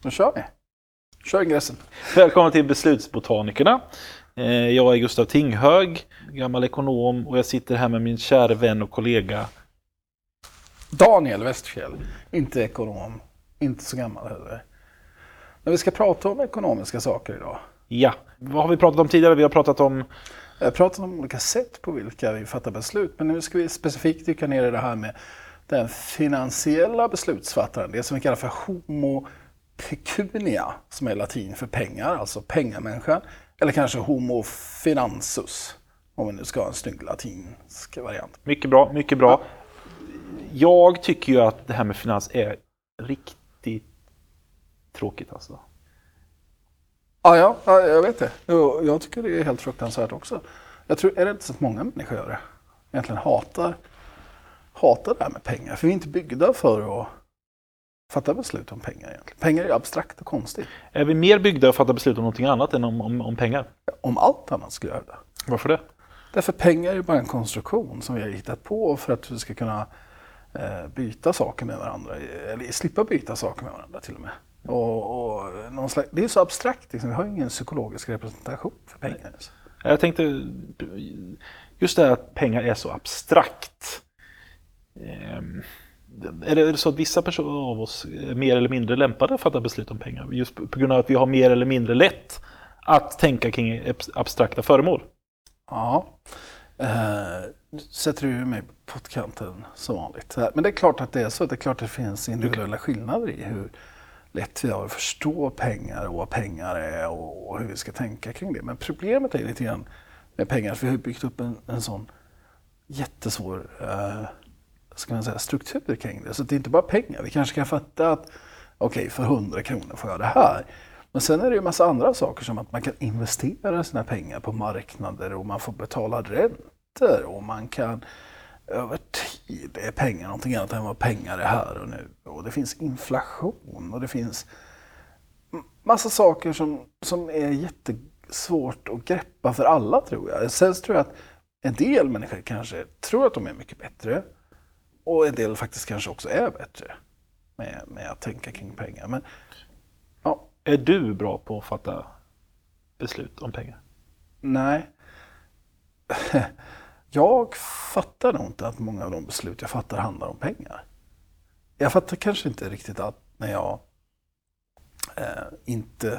Nu kör vi. Kör ingressen. Välkommen till Beslutsbotanikerna. Jag är Gustav Tinghög, gammal ekonom, och jag sitter här med min kära vän och kollega Daniel Westfjäll, inte ekonom, inte så gammal heller. Men vi ska prata om ekonomiska saker idag. Ja, vad har vi pratat om tidigare? Vi har pratat om... Jag har pratat om olika sätt på vilka vi fattar beslut, men nu ska vi specifikt dyka ner i det här med den finansiella beslutsfattaren, det som vi kallar för homo pecunia, som är latin för pengar, alltså pengamänniskan, eller kanske homo finansus, om vi nu ska ha en snygg latinsk variant. Mycket bra, mycket bra. Ja. Jag tycker ju att det här med finans är riktigt tråkigt alltså. Ja, jag vet det. Jag tycker det är helt fruktansvärt också. Jag tror, är det inte så att många människor gör det? Egentligen hatar det här med pengar. För vi är inte byggda för att fatta beslut om pengar egentligen. Pengar är abstrakt och konstigt. Är vi mer byggda att fatta beslut om någonting annat än om pengar? Om allt annat skulle jag göra det. Varför det? Därför pengar är bara en konstruktion som vi har hittat på för att vi ska kunna byta saker med varandra. Eller slippa byta saker med varandra till och med. Och någon slags, det är så abstrakt, liksom. Vi har ingen psykologisk representation för pengar. Jag tänkte just det här att pengar är så abstrakt. Är det så att vissa personer av oss är mer eller mindre lämpade att fatta beslut om pengar? Just på grund av att vi har mer eller mindre lätt att tänka kring abstrakta föremål? Ja, sätter du mig på pottkanten som vanligt. Men det är klart att det är så. Det är klart att det finns individuella skillnader i hur lätt vi har att förstå pengar och vad pengar är och hur vi ska tänka kring det. Men problemet är lite grann med pengar, för vi har byggt upp en sån jättesvår ska man säga, struktur kring det. Så det är inte bara pengar. Vi kanske kan fatta att okej, för 100 kronor får jag det här. Men sen är det ju en massa andra saker som att man kan investera sina pengar på marknader och man får betala räntor och man kan över tid är pengar någonting annat än vad pengar är här och nu. Och det finns inflation och det finns massa saker som är jättesvårt att greppa för alla, tror jag. Sen tror jag att en del människor kanske tror att de är mycket bättre och en del faktiskt kanske också är bättre med att tänka kring pengar. Men ja. Är du bra på att fatta beslut om pengar? Nej. Jag fattar nog inte att många av de beslut jag fattar handlar om pengar. Jag fattar kanske inte riktigt att när jag inte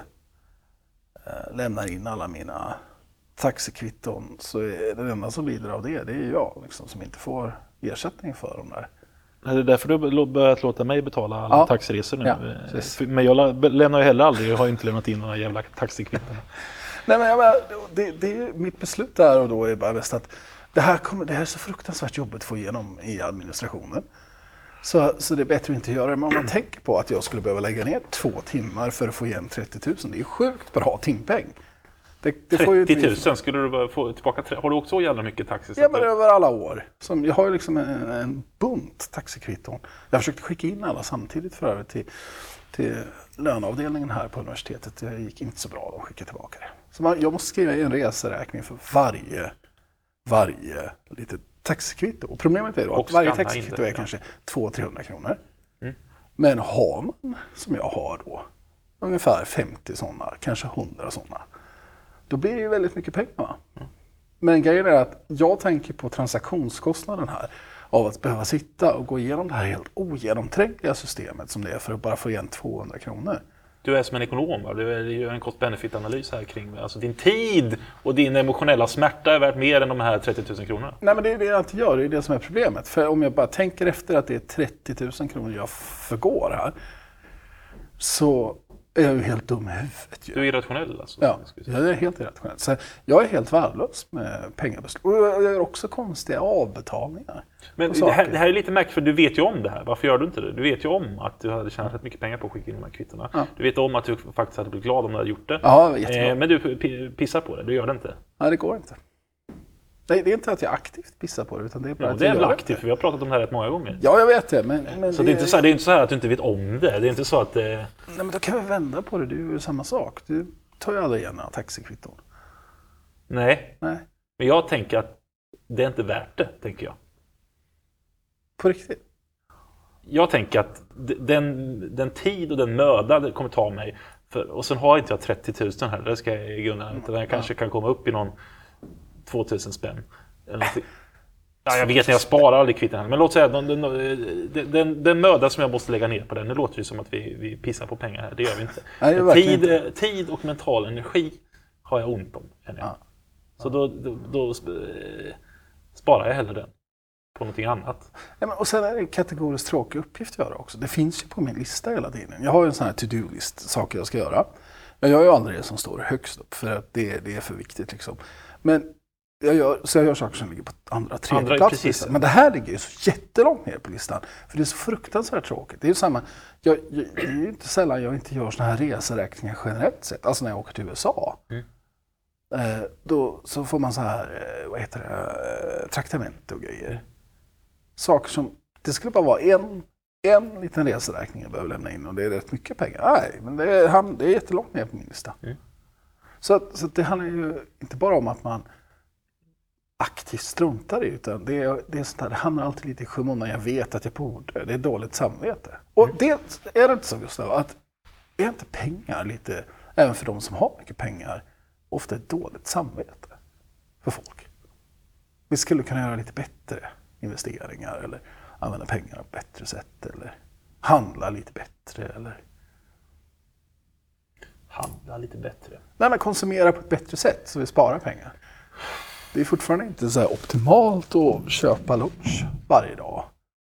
lämnar in alla mina taxikvitton, så är det enda som lider av det är jag liksom, som inte får ersättning för dem där. Är det därför du har börjat låta mig betala alla taxiresor nu? Ja, men jag lämnar ju heller aldrig, jag har inte lämnat in några jävla taxikvitton. Nej, men det mitt beslut där och då är bara bäst att det här är så fruktansvärt jobbigt att få igenom i administrationen. Så det är bättre att inte göra det. Men om man tänker på att jag skulle behöva lägga ner 2 timmar för att få igen 30 000, det är sjukt bra timpeng. Det 30 000 skulle du få tillbaka. Har du också jävla mycket taxi? Ja, men över alla år. Jag har ju liksom en bunt taxikvitton. Jag försökte skicka in alla samtidigt för övrigt till löneavdelningen här på universitetet. Det gick inte så bra att skicka tillbaka det. Så jag måste skriva en reseräkning för varje litet taxikvitto. Och problemet är då att varje taxikvitto är kanske 200-300 kronor. Mm. Men har man, som jag har då, ungefär 50 sådana, kanske 100 sådana, då blir det ju väldigt mycket pengar, va? Mm. Men grejen är att jag tänker på transaktionskostnaden här av att behöva sitta och gå igenom det här helt ogenomträngliga systemet som det är för att bara få igen 200 kronor. Du är som en ekonom, va? Du gör en cost-benefit-analys här kring alltså din tid och din emotionella smärta är värt mer än de här 30 000 kronorna. Nej, men det är det jag inte gör, det är det som är problemet. För om jag bara tänker efter att det är 30 000 kronor jag förgår här, så är jag ju helt dum i huvudet. Du är irrationell alltså? Ja, jag är helt irrationell. Så jag är helt värdelös med pengabeslut. Och jag gör också konstiga avbetalningar. Men det här är lite märkligt, för du vet ju om det här. Varför gör du inte det? Du vet ju om att du hade tjänat rätt mycket pengar på att skicka in de här kvittorna. Ja. Du vet om att du faktiskt hade blivit glad om du hade gjort det. Ja, jättebra. Men du pissar på det, du gör det inte. Nej, det går inte. Det är inte att jag aktivt pissar på det, utan det är bara att det är väl aktivt, för vi har pratat om det här rätt många gånger. Ja, jag vet det. Men så det är inte så här att du inte vet om det. Det är inte så att... Nej, men då kan vi vända på det. Det är ju samma sak. Du tar ju aldrig igen några taxikvitton. Nej. Men jag tänker att det är inte värt det, tänker jag. På riktigt? jag tänker att den tid och den möda det kommer ta mig, och sen har inte jag 30 000 här, det ska jag i grunden inte. Jag kanske kan komma upp i någon 2000 spänn. Ja, jag vet när jag sparar aldrig kvitten här, men låt säga den möda som jag måste lägga ner på den, det låter ju som att vi pissar på pengar här, det gör vi inte. Nej, tid och mental energi har jag ont om. Ja. Så då sparar jag hellre den på någonting annat. Ja, men, och sen är det en kategoriskt tråkig uppgift att göra också. Det finns ju på min lista hela tiden. Jag har ju en sån här to-do-list, saker jag ska göra. Jag gör ju aldrig det som står högst upp för att det är för viktigt liksom. Men jag gör saker som ligger på andra, tredje plats. Men det här ligger ju så jättelångt ner på listan. För det är så fruktansvärt tråkigt. Det är ju samma. Det är ju inte sällan jag inte gör såna här reseräkningar generellt sett. Alltså när jag åker till USA. Då så får man så här, traktamente och grejer. Saker som, det skulle bara vara en liten reseräkning jag behöver lämna in och det är rätt mycket pengar. Nej, men det är jättelångt ner på min lista. Så det handlar ju inte bara om att man aktivt struntar i, utan det är sånt här, det hamnar alltid lite i skymundan. Jag vet att jag borde, det är dåligt samvete. Och det är det inte så, Gustav, att är inte pengar lite, även för de som har mycket pengar, ofta ett dåligt samvete för folk. Vi skulle kunna göra lite bättre investeringar eller använda pengarna på ett bättre sätt eller handla lite bättre eller handla lite bättre. Nej, men konsumera på ett bättre sätt så vi sparar pengar. Det är fortfarande inte så här optimalt att köpa lunch varje dag.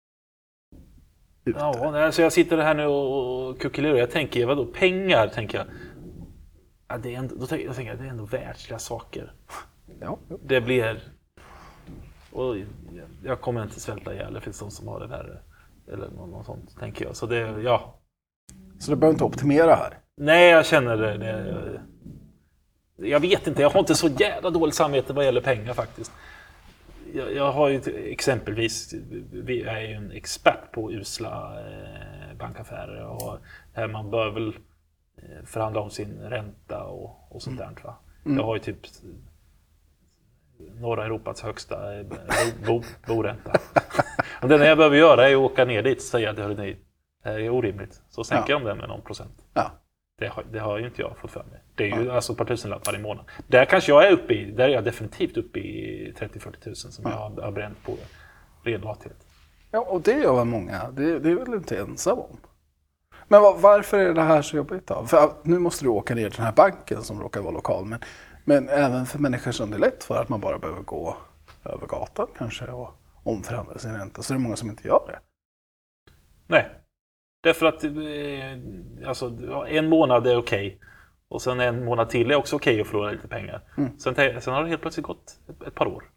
Ute. Ja, alltså jag sitter här nu och kuckelerar. Jag tänker, vadå pengar, tänker jag. Ja, det är ändå, då tänker jag, det är ändå världsliga saker. Ja. Det blir... Och jag kommer inte svälta ihjäl, det finns de som har det värre. Eller något sånt, tänker jag. Så det, ja. Så du behöver inte optimera här? Nej, jag känner det. Jag vet inte, jag har inte så jävla dåligt samvete vad gäller pengar faktiskt. Jag har ju exempelvis, vi är ju en expert på usla bankaffärer och här man bör väl förhandla om sin ränta och sånt där. Va? Jag har ju typ norra Europas högsta boränta. Och det jag behöver göra är att åka ner dit och säga att det här är orimligt. Så sänker de den med någon procent. Ja. Det har ju inte jag fått för mig. Det är ju alltså ett par tusenlappar i månaden. Där kanske jag är uppe i, där är jag definitivt uppe i 30-40 000 som jag har bränt på ren lathet. Ja, och det gör många. Det är väl inte ensam om. Men varför är det här så jobbigt då? För nu måste du åka ner till den här banken som råkar vara lokal. Men även för människor som det är lätt för att man bara behöver gå över gatan kanske och omförhandla sin ränta. Så det är många som inte gör det. Nej. Därför att alltså, en månad är okej. Och sen en månad till är också okej att förlora lite pengar. Sen har det helt plötsligt gått ett par år.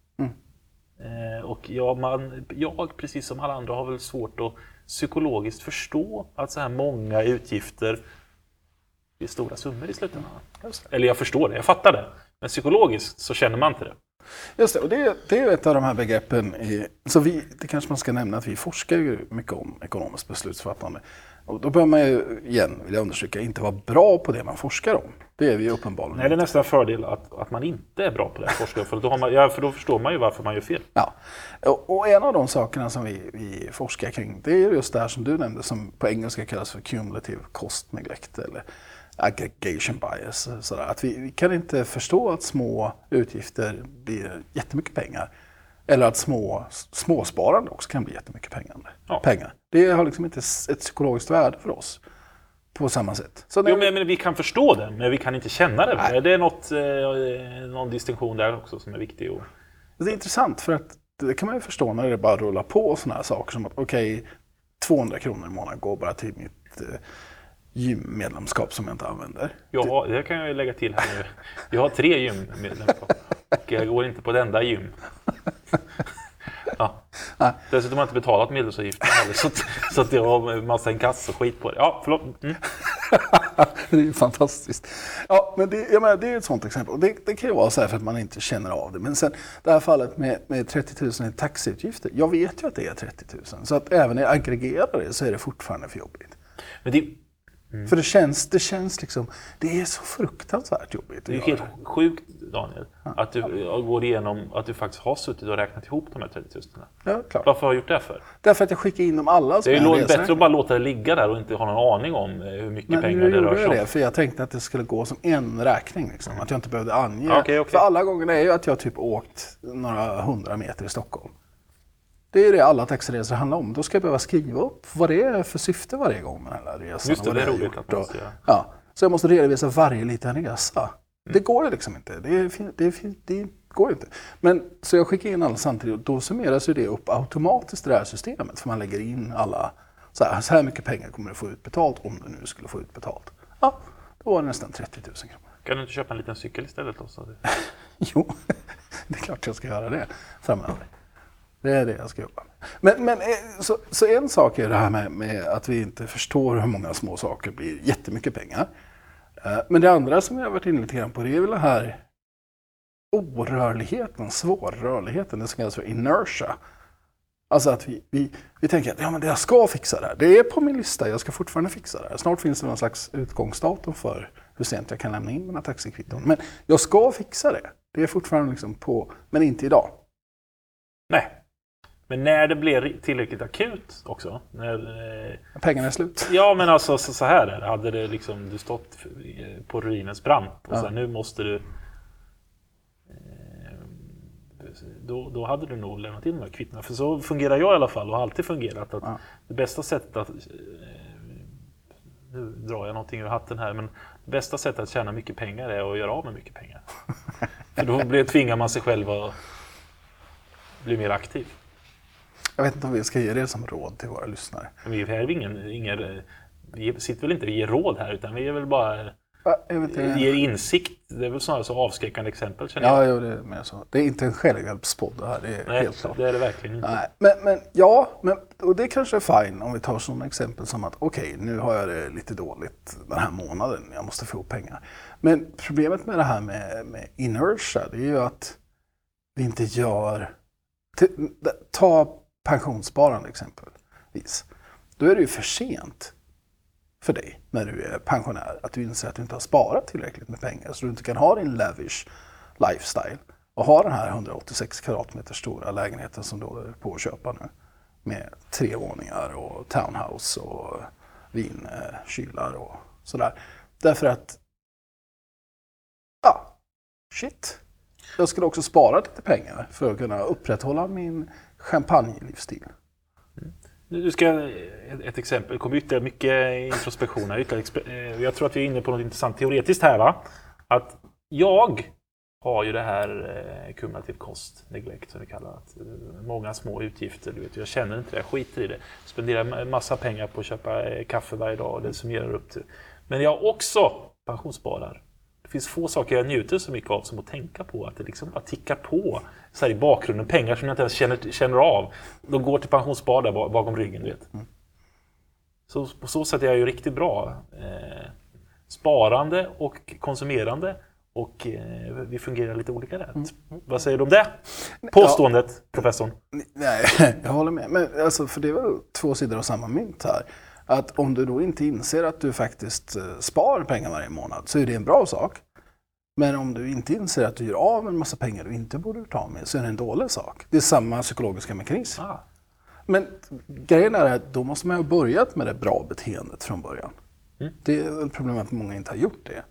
Och jag, precis som alla andra, har väl svårt att psykologiskt förstå att så här många utgifter är stora summor i slutändan. Eller jag förstår det, jag fattar det. Men psykologiskt så känner man inte det. Just det, och det är ju ett av de här begreppen. Det kanske man ska nämna att vi forskar ju mycket om ekonomiskt beslutsfattande. Och då bör man ju, igen vill jag understryka, inte vara bra på det man forskar om. Det är vi uppenbarligen. Nej, det är nästan en fördel att man inte är bra på det här forskar. För då förstår man ju varför man gör fel. Ja, och en av de sakerna som vi forskar kring, det är just det här som du nämnde, som på engelska kallas för cumulative cost neglect eller aggregation bias. Sådär. Att vi kan inte förstå att små utgifter blir jättemycket pengar. Eller att småsparande också kan bli jättemycket pengar. Det har liksom inte ett psykologiskt värde för oss på samma sätt. Så men vi kan förstå det, men vi kan inte känna det. Nej. Det är någon distinktion där också som är viktig. Det är intressant för att det kan man ju förstå när det bara rullar på sådana här saker som att 200 kronor i månaden går bara till mitt gymmedlemskap som jag inte använder. Ja, det kan jag ju lägga till här nu. Jag har 3 gymmedlemskap och jag går inte på det enda gym. Ja. Dessutom har jag inte betalat medlemsavgiften så att jag har en massa inkass och skit på det. Ja, förlåt. Det är ju fantastiskt. Ja, men det är ett sånt exempel. Och det kan ju vara så här för att man inte känner av det. Men sen det här fallet med 30 000 i taxiutgifter. Jag vet ju att det är 30 000. Så att även när jag aggregerar det så är det fortfarande för jobbigt. Men För det känns liksom, det är så fruktansvärt jobbigt. Det är helt sjukt, Daniel, att du går igenom att du faktiskt har suttit och räknat ihop de här 30 000. Ja, klart. Varför har du gjort det för? Därför att jag skickar in dem alla. Det är bättre att bara låta det ligga där och inte ha någon aning om hur mycket pengar det rör sig om. Det, för jag tänkte att det skulle gå som en räkning. Liksom, att jag inte behövde ange. Okay. För alla gånger är ju att jag typ åkt några 100 meter i Stockholm. Det är det alla taxiresor handlar om. Då ska jag behöva skriva upp vad det är för syfte varje gång med den här resan. Just det är roligt att man måste göra. Ja, så jag måste redovisa varje liten resa. Det går ju liksom inte. Det går ju inte. Men så jag skickar in alla samtidigt och då summeras ju det upp automatiskt i det här systemet. För man lägger in alla, så här mycket pengar kommer du få utbetalt om du nu skulle få utbetalt. Ja, då var det nästan 30 000 kronor. Kan du inte köpa en liten cykel istället då? Jo, det är klart jag ska göra det framöver. Det är det jag ska jobba med. Men så en sak är det här med att vi inte förstår hur många små saker blir jättemycket pengar. Men det andra som jag har varit inne lite grann på, det är väl den här orörligheten, svårrörligheten, det som kallas för inertia. Alltså att vi tänker att ja, men jag ska fixa det här. Det är på min lista, jag ska fortfarande fixa det här. Snart finns det någon slags utgångsdatum för hur sent jag kan lämna in mina taxikvitton. Men jag ska fixa det. Det är fortfarande liksom på, men inte idag. Nej. Men när det blir tillräckligt akut också. När pengarna är slut. Ja, men alltså så här är det. Hade det liksom, du stått på ruinens brant och så här, nu måste du... Då hade du nog lämnat in de här kvittorna. För så fungerar jag i alla fall och har alltid fungerat. Att det bästa sättet att... Nu drar jag någonting ur hatten här, men det bästa sättet att tjäna mycket pengar är att göra av med mycket pengar. För då tvingar man sig själv att bli mer aktiv. Jag vet inte om vi ska ge det som råd till våra lyssnare. Men vi sitter väl inte och ger råd här, utan vi är väl bara ger insikt. Det är väl snarare så avskräckande exempel, känner jag. Ja, det är mer så. Det är inte en självhjälpspodd det här, det är helt klart. Det är det verkligen inte. Nej, men och det kanske är fine om vi tar sådana exempel som att okej, nu har jag det lite dåligt den här månaden, jag måste få pengar. Men problemet med det här med inertia, det är ju att vi inte gör... Ta pensionssparande exempelvis. Då är det ju för sent för dig när du är pensionär att du inser att du inte har sparat tillräckligt med pengar så du inte kan ha din lavish lifestyle och ha den här 186 kvadratmeter stora lägenheten som du håller på att köpa nu med 3 våningar och townhouse och vinkylar och sådär. Därför att jag skulle också spara lite pengar för att kunna upprätthålla min champagne-livsstil. Nu ska jag ett exempel. Det kommer ytterligare mycket introspektion här. Jag tror att vi är inne på något intressant teoretiskt här, va? Att jag har ju det här kumulativ kost, neglect som vi kallar det. Många små utgifter, du vet. Jag känner inte det, jag skiter i det. Spenderar en massa pengar på att köpa kaffe varje dag och det summerar upp till. Men jag också pensionssparar. Det finns få saker jag njuter så mycket av som att tänka på att det liksom bara tickar på så här i bakgrunden, pengar som jag inte ens känner av. De går till pensionsspar där bakom ryggen, du vet. Så på så sätt är jag ju riktigt bra. Sparande och konsumerande och vi fungerar lite olika där. Vad säger du om det? Påståendet, professorn. Nej, jag håller med. Men alltså, för det är väl 2 sidor av samma mynt här. Att om du då inte inser att du faktiskt sparar pengar varje månad så är det en bra sak. Men om du inte inser att du gör av en massa pengar du inte borde ta med så är det en dålig sak. Det är samma psykologiska mekanism. Men grejen är att då måste man ha börjat med det bra beteendet från början. Det är ett problem att många inte har gjort det.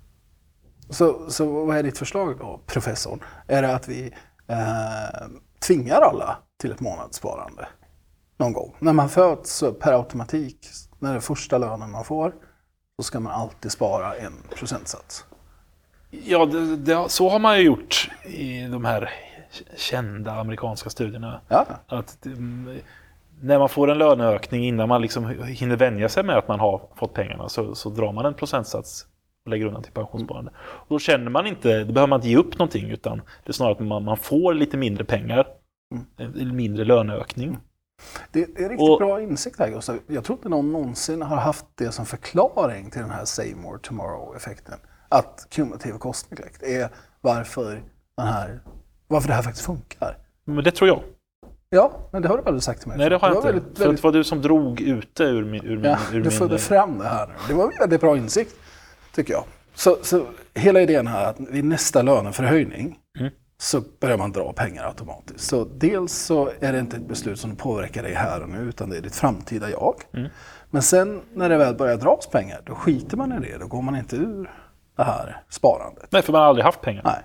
Så vad är ditt förslag då, professorn? Är det att vi tvingar alla till ett månadssparande? Någon gång. När man föds så per automatik, när det är första lönen man får, så ska man alltid spara 1%. Ja, så har man ju gjort i de här kända amerikanska studierna. Ja. Att när man får en löneökning innan man liksom hinner vänja sig med att man har fått pengarna så drar man en procentsats och lägger undan till pensionssparande. Och då känner man inte, då behöver man inte ge upp någonting utan det är snarare att man får lite mindre pengar, mindre löneökning. Det är riktigt bra insikt här, Gustav. Jag tror inte någon någonsin har haft det som förklaring till den här Save More Tomorrow-effekten. Att kumulativ kostneglekt är varför det här faktiskt funkar. Men det tror jag. Ja, men det har du aldrig sagt till mig. Nej, det har jag inte. Väldigt... För det var du som drog ute ur min... Du förde fram det här nu. Det var en väldigt bra insikt, tycker jag. Så hela idén här att vid nästa löneförhöjning så börjar man dra pengar automatiskt. Så dels så är det inte ett beslut som påverkar dig här och nu, utan det är ditt framtida jag. Men sen när det väl börjar dras pengar, då skiter man i det. Då går man inte ur det här sparandet. Nej, för man har aldrig haft pengar. Nej.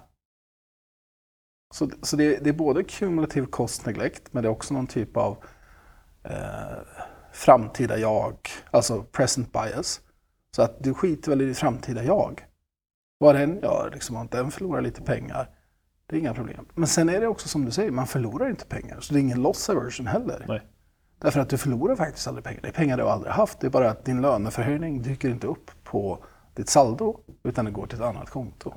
Så det är både cumulative cost neglect, men det är också någon typ av framtida jag, alltså present bias. Så att du skiter väl i ditt framtida jag. Vad den gör, liksom, att den förlorar lite pengar, det är inga problem. Men sen är det också som du säger, man förlorar inte pengar. Så det är ingen loss aversion heller. Nej. Därför att du förlorar faktiskt aldrig pengar. Det är pengar du aldrig haft. Det är bara att din löneförhöjning dyker inte upp på ditt saldo, utan det går till ett annat konto.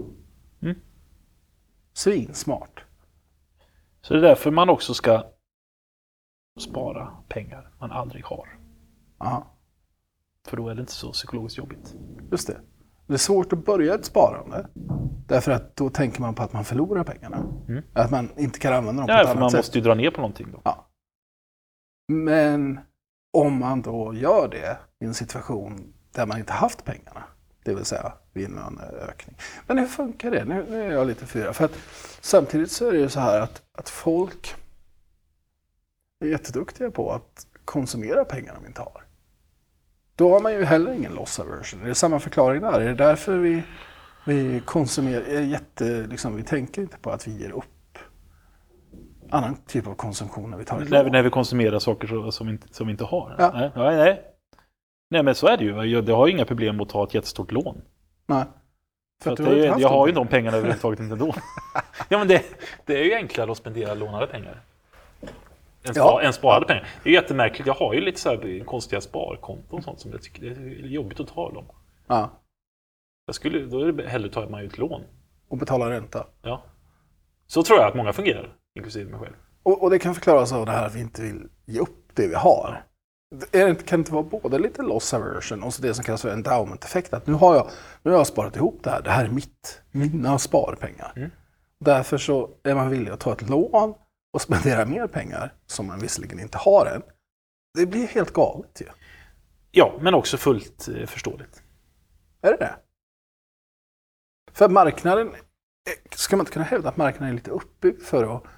Svinsmart. Så det är därför man också ska spara pengar man aldrig har. Aha. För då är det inte så psykologiskt jobbigt. Just det. Det är svårt att börja ett sparande. Därför att då tänker man på att man förlorar pengarna. Att man inte kan använda dem på ett annat sätt. Ja, för man måste ju dra ner på någonting då. Ja. Men om man då gör det i en situation där man inte haft pengarna, det vill säga vid en löneökning. Men hur funkar det? Nu är jag lite förvirrad. För att samtidigt så är det ju så här att folk är jätteduktiga på att konsumera pengar de inte har. Då har man ju heller ingen loss aversion. Det är samma förklaring där. Är det därför vi konsumerar vi tänker inte på att vi ger upp annan typ av konsumtion när vi tar ett lån? När vi konsumerar saker som vi inte har. Ja. Nej, men så är det ju. Jag har ju inga problem med att ta ett jättestort lån. Nej. För att jag har ju de pengarna överhuvudtaget inte då. Ja, men det är ju enklare att spendera lånade pengar. En sparade pengar. Det är jättemärkligt. Jag har ju lite så här konstiga sparkonton och sånt som jag tycker det är jobbigt att ta dem. Ja. Då är det hellre att ta man ut lån. Och betala ränta. Ja. Så tror jag att många fungerar, inklusive mig själv. Och det kan förklaras av det här att vi inte vill ge upp det vi har. Kan det inte vara både lite loss aversion och så det som kallas för endowment-effekt? Att nu har jag sparat ihop det här. Det här är mina sparpengar. Därför så är man villig att ta ett lån och spendera mer pengar som man visserligen inte har än. Det blir helt galet ju. Ja, men också fullt förståeligt. Är det? För marknaden, ska man inte kunna hävda att marknaden är lite uppbyggd för att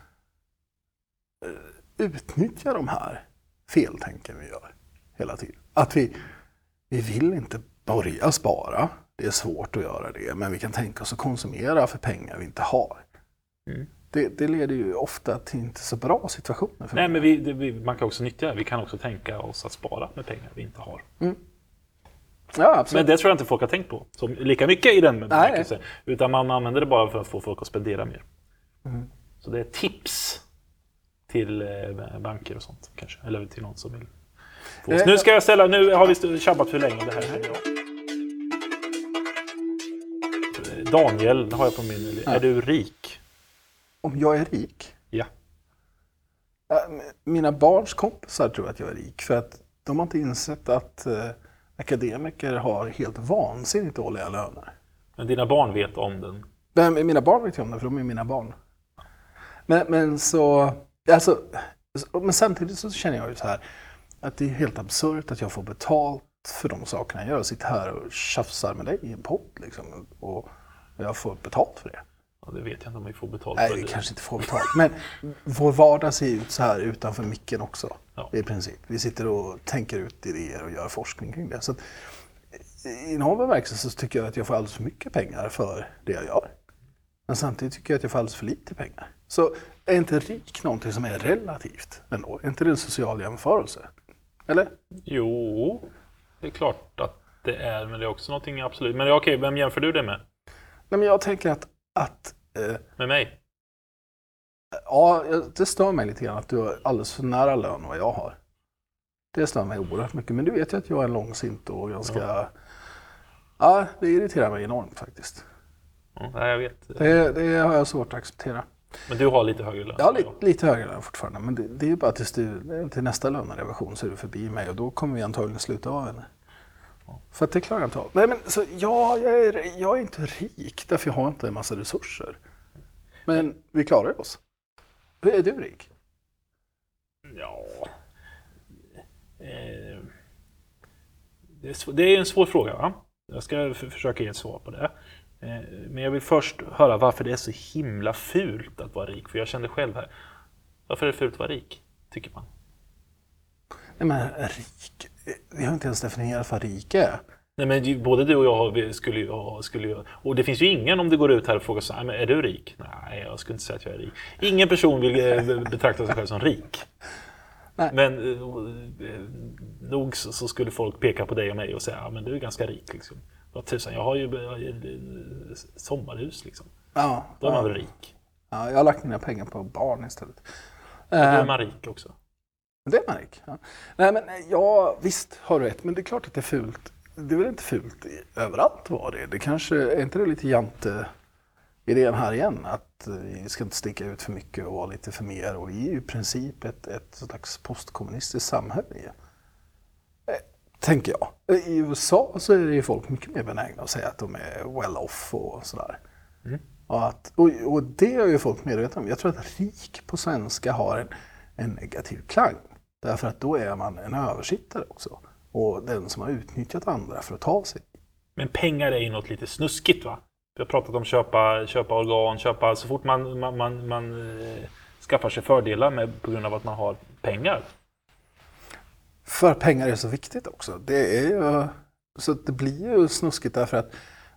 utnyttja de här feltänken vi gör hela tiden? Att vi vill inte börja spara, det är svårt att göra det, men vi kan tänka oss att konsumera för pengar vi inte har. Det leder ju ofta till inte så bra situationer. Nej, men man kan också nyttja det. Vi kan också tänka oss att spara med pengar vi inte har. Ja, absolut. Men det tror jag inte folk har tänkt på så lika mycket i den bemärkelsen. Utan man använder det bara för att få folk att spendera mer. Så det är tips till banker och sånt kanske. Eller till någon som vill få oss. Nu har vi tjabbat för länge om det här. Daniel har jag på min. Är du rik? Om jag är rik? Ja. Mina barns kompisar tror att jag är rik. För att de har inte insett att akademiker har helt vansinnigt dåliga löner. Men dina barn vet om den? Men mina barn vet ju om det, för de är mina barn. Men samtidigt så känner jag ju så här att det är helt absurt att jag får betalt för de sakerna jag gör. Jag sitter här och tjafsar med dig i en podd liksom, och jag får betalt för det. Ja, det vet jag inte om vi får betalt för. Nej, vi kanske inte får betalt. Men vår vardag ser ut så här utanför micken också. Ja. I princip. Vi sitter och tänker ut idéer och gör forskning kring det. Så att, i någon bemärkelse så tycker jag att jag får alldeles för mycket pengar för det jag gör. Men samtidigt tycker jag att jag får alldeles för lite pengar. Så är inte rik någonting som är relativt ändå? Är inte det en social jämförelse? Eller? Jo, det är klart att det är. Men det är också någonting absolut. Men okej, vem jämför du det med? Nej, men jag tänker att med mig? Ja, det stör mig lite grann att du har alldeles för nära lön vad jag har. Det stör mig oerhört mycket. Men du vet ju att jag är långsint och ganska... Ja, det irriterar mig enormt faktiskt. Ja, jag vet. Det har jag svårt att acceptera. Men du har lite högre lön? Ja, lite högre lön fortfarande. Men det är ju bara till nästa lönerevision så är du förbi mig. Och då kommer vi antagligen sluta av henne. För att det klarar jag inte av. Nej, men så, jag är inte rik därför jag har inte en massa resurser. Men vi klarar oss. Är du rik? Ja... Det är en svår fråga, va? Jag ska försöka ge ett svar på det. Men jag vill först höra varför det är så himla fult att vara rik. För jag kände själv här. Varför är det fult att vara rik, tycker man? Nej, men rik... Vi har inte ens definierat vad rik är. Nej, men både du och jag skulle ju... Och det finns ju ingen om det går ut här och frågar så här, men är du rik? Nej, jag skulle inte säga att jag är rik. Ingen person vill betrakta sig själv som rik. Nej. Men nog så skulle folk peka på dig och mig och säga, ja, men du är ganska rik liksom. Vad tusan, jag har ju sommarhus liksom. Ja, då är man väl rik. Ja, jag har lagt mina pengar på barn istället. Då är man rik också. Det är man rik. Ja. Nej, men ja, visst har du rätt, men det är klart att det är fult. Det är väl inte fult överallt var det. Det kanske är inte det lite jante idén här igen, att vi ska inte sticka ut för mycket och vara lite för mer, och vi är ju i princip ett slags postkommunistiskt samhälle. Tänker jag. I USA så är det ju folk mycket mer benägna att säga att de är well off och sådär. Mm. Och det är ju folk medvetna om. Jag tror att rik på svenska har en negativ klang. Därför att då är man en översittare också. Och den som har utnyttjat andra för att ta sig. Men pengar är ju något lite snuskigt, va? Vi har pratat om köpa organ, så fort man skaffar sig fördelar på grund av att man har pengar. För pengar är så viktigt också. Det är ju, så det blir ju snuskigt därför att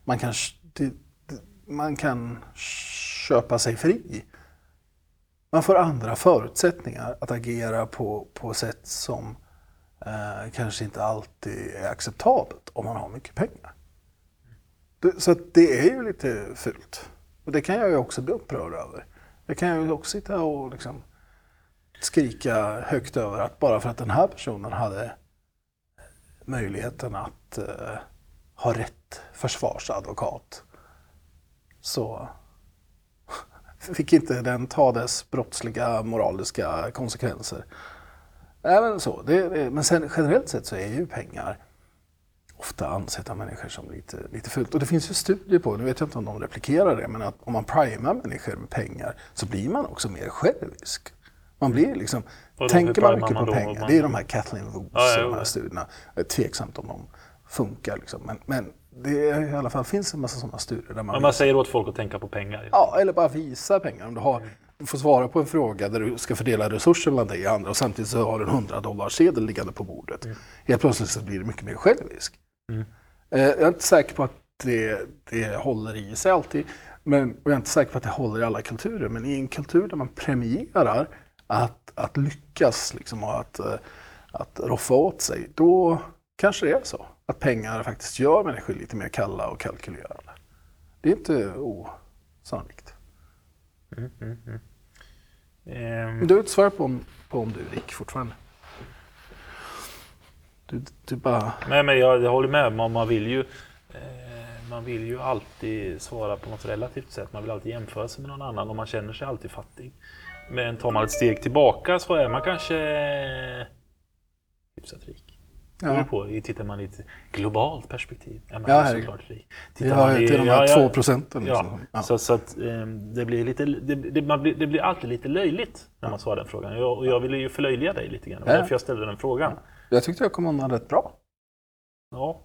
man kan köpa sig fri. Man får andra förutsättningar att agera på sätt som kanske inte alltid är acceptabelt om man har mycket pengar. Så att det är ju lite fult. Och det kan jag ju också bli upprörd över. Det kan jag ju också sitta och liksom skrika högt över att bara för att den här personen hade möjligheten att ha rätt försvarsadvokat så fick inte den ta dess brottsliga moraliska konsekvenser. Även så. Men sen generellt sett så är ju pengar ofta ansett av människor som lite fult. Och det finns ju studier på, nu vet jag inte om de replikerar det, men att om man primar människor med pengar så blir man också mer självisk. Man blir liksom, tänker man mycket på pengar. Det är de här Kathleen Woods de här studierna. Det är tveksamt om de funkar liksom. Men det är i alla fall finns en massa sådana studier där man säger åt folk att tänka på pengar. Ja, eller bara visa pengar. Om du får svara på en fråga där du ska fördela resurserna dig i andra och samtidigt så har du en $100 liggande på bordet. Helt plötsligt så blir det mycket mer självisk. Jag är inte säker på att det håller i sig alltid. Och jag är inte säker på att det håller i alla kulturer. Men i en kultur där man premierar att lyckas liksom, och att roffa åt sig, då kanske det är så. Att pengar faktiskt gör människor lite mer kalla och kalkylerande. Det är inte osannolikt. Men du har ett svar på om du är rik fortfarande. Du bara... Nej, men jag håller med. Man vill ju alltid svara på något relativt sätt. Man vill alltid jämföra sig med någon annan och man känner sig alltid fattig. Men tar man ett steg tillbaka så är man kanske hyfsat rik. Tittar man i ett globalt perspektiv är man såklart rik. Tittar man i de här 2%. Liksom. Ja. Så att det blir alltid lite löjligt när man svarar den frågan. Och jag ville ju förlöjliga dig lite grann. Det var därför jag ställde den frågan. Ja. Jag tyckte jag kom undan rätt bra. Ja.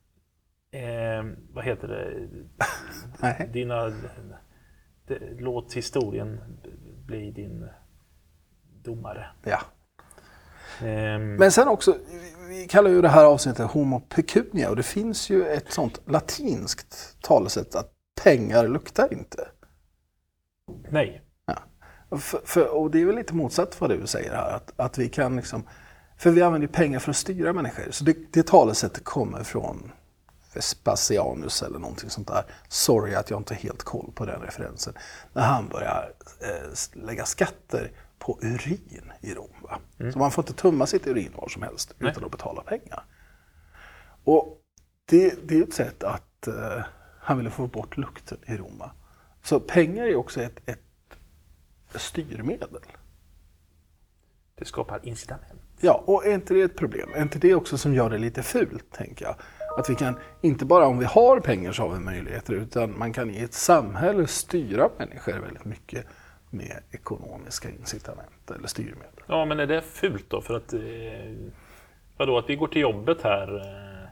Vad heter det? Låt historien bli din domare. Ja. Men sen också, vi kallar ju det här avsnittet homo pecunia och det finns ju ett sånt latinskt talesätt att pengar luktar inte. Nej. Ja. Och det är väl lite motsatt vad du säger här, att vi kan liksom, för vi använder pengar för att styra människor. Så det talesättet kommer från Vespasianus eller någonting sånt där. Sorry att jag inte har helt koll på den referensen. När han börjar lägga skatter på urin i Rom. Va? Så man får inte tumma sitt urin var som helst utan att betala pengar. Och det är ett sätt att han ville få bort lukten i Rom. Va? Så pengar är också ett styrmedel. Det skapar incitament. Ja, och är inte det ett problem? Är inte det också som gör det lite fult, tänker jag? Att vi kan, inte bara om vi har pengar så har vi möjligheter, utan man kan i ett samhälle styra människor väldigt mycket med ekonomiska incitament eller styrmedel. Ja, men är det fult då? För att, vadå, att vi går till jobbet här...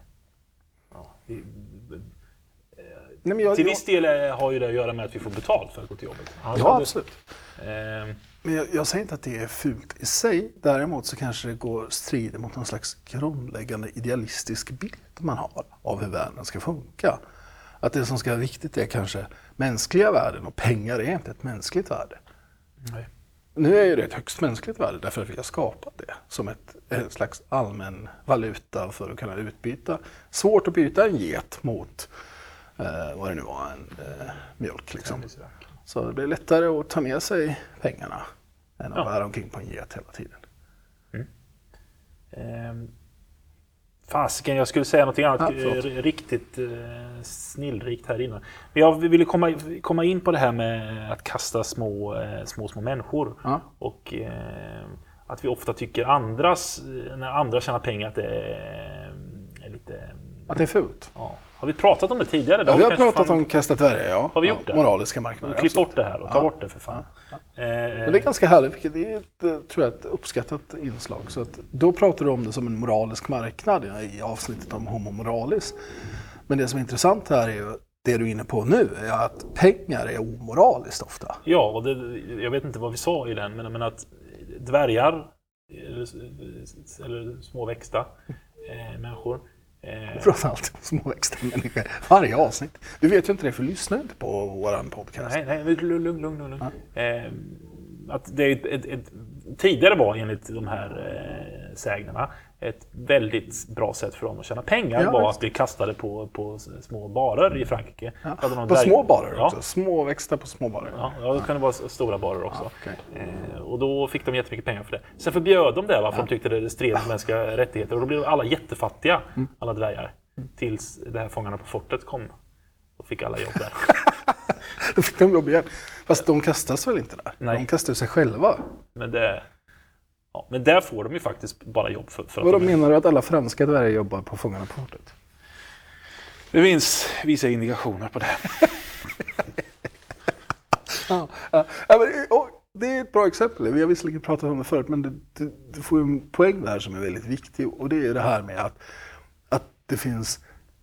till viss del har ju det att göra med att vi får betalt för att gå till jobbet. Ja, absolut. Men jag säger inte att det är fult i sig. Däremot så kanske det går strider mot någon slags grundläggande idealistisk bild man har av hur världen ska funka. Att det som ska vara viktigt är kanske mänskliga värden, och pengar är inte ett mänskligt värde. Nej. Nu är det ett högst mänskligt värde därför att vi har skapat det som ett slags allmän valuta för att kunna utbyta. Svårt att byta en get mot vad det nu var, en mjölk liksom. Så det är lättare att ta med sig pengarna än att bära omkring på en get hela tiden. Fasiken, jag skulle säga något annat riktigt snillrikt här innan. Men jag ville komma in på det här med att kasta små människor. Och att vi ofta tycker när andra tjänar pengar att det är lite... Att det är fult? Ja. Har vi pratat om det tidigare? Ja, vi har pratat om kasta dvärgar, ja. Har vi gjort det? Moraliska marknader. Klipp bort det här och ta bort det för fan. Men det är ganska härligt, vilket det är tror jag, ett uppskattat inslag. Så att, då pratar du om det som en moralisk marknad i avsnittet om homo moralis. Men det som är intressant här är ju det du är inne på nu, är att pengar är omoraliskt ofta. Ja, och jag vet inte vad vi sa i den, men att dvärgar eller småväxta människor. Du pratar alltid om småväxta människor. Varje avsnitt. Du vet ju inte det, för lyssna inte på våran podcast. Nej, lugn. Att det tidigare var enligt de här sägnerna ett väldigt bra sätt för dem att tjäna pengar var att bli kastade på små barer i Frankrike. På små barer också? Småväxta på små barer? Ja, det kunde vara stora barer också. Och då fick de jättemycket pengar för det. Sen förbjöd de det, för de tyckte det stred mot mänskliga rättigheter. Och då blev alla jättefattiga, alla dvärgar. Tills det här Fångarna på fortet kom. Då fick alla jobb där. Då fick de jobb igen. Fast de kastas väl inte där? Nej. De kastar sig själva. Men där får de ju faktiskt bara jobb för Vad menar du att alla franska dvärgar jobbar på Fångarna på fortet? Det finns vissa indikationer på det. Det är ett bra exempel. Vi har visserligen pratat om det förut, men det får en poäng där som är väldigt viktig. Och det är det här med att det finns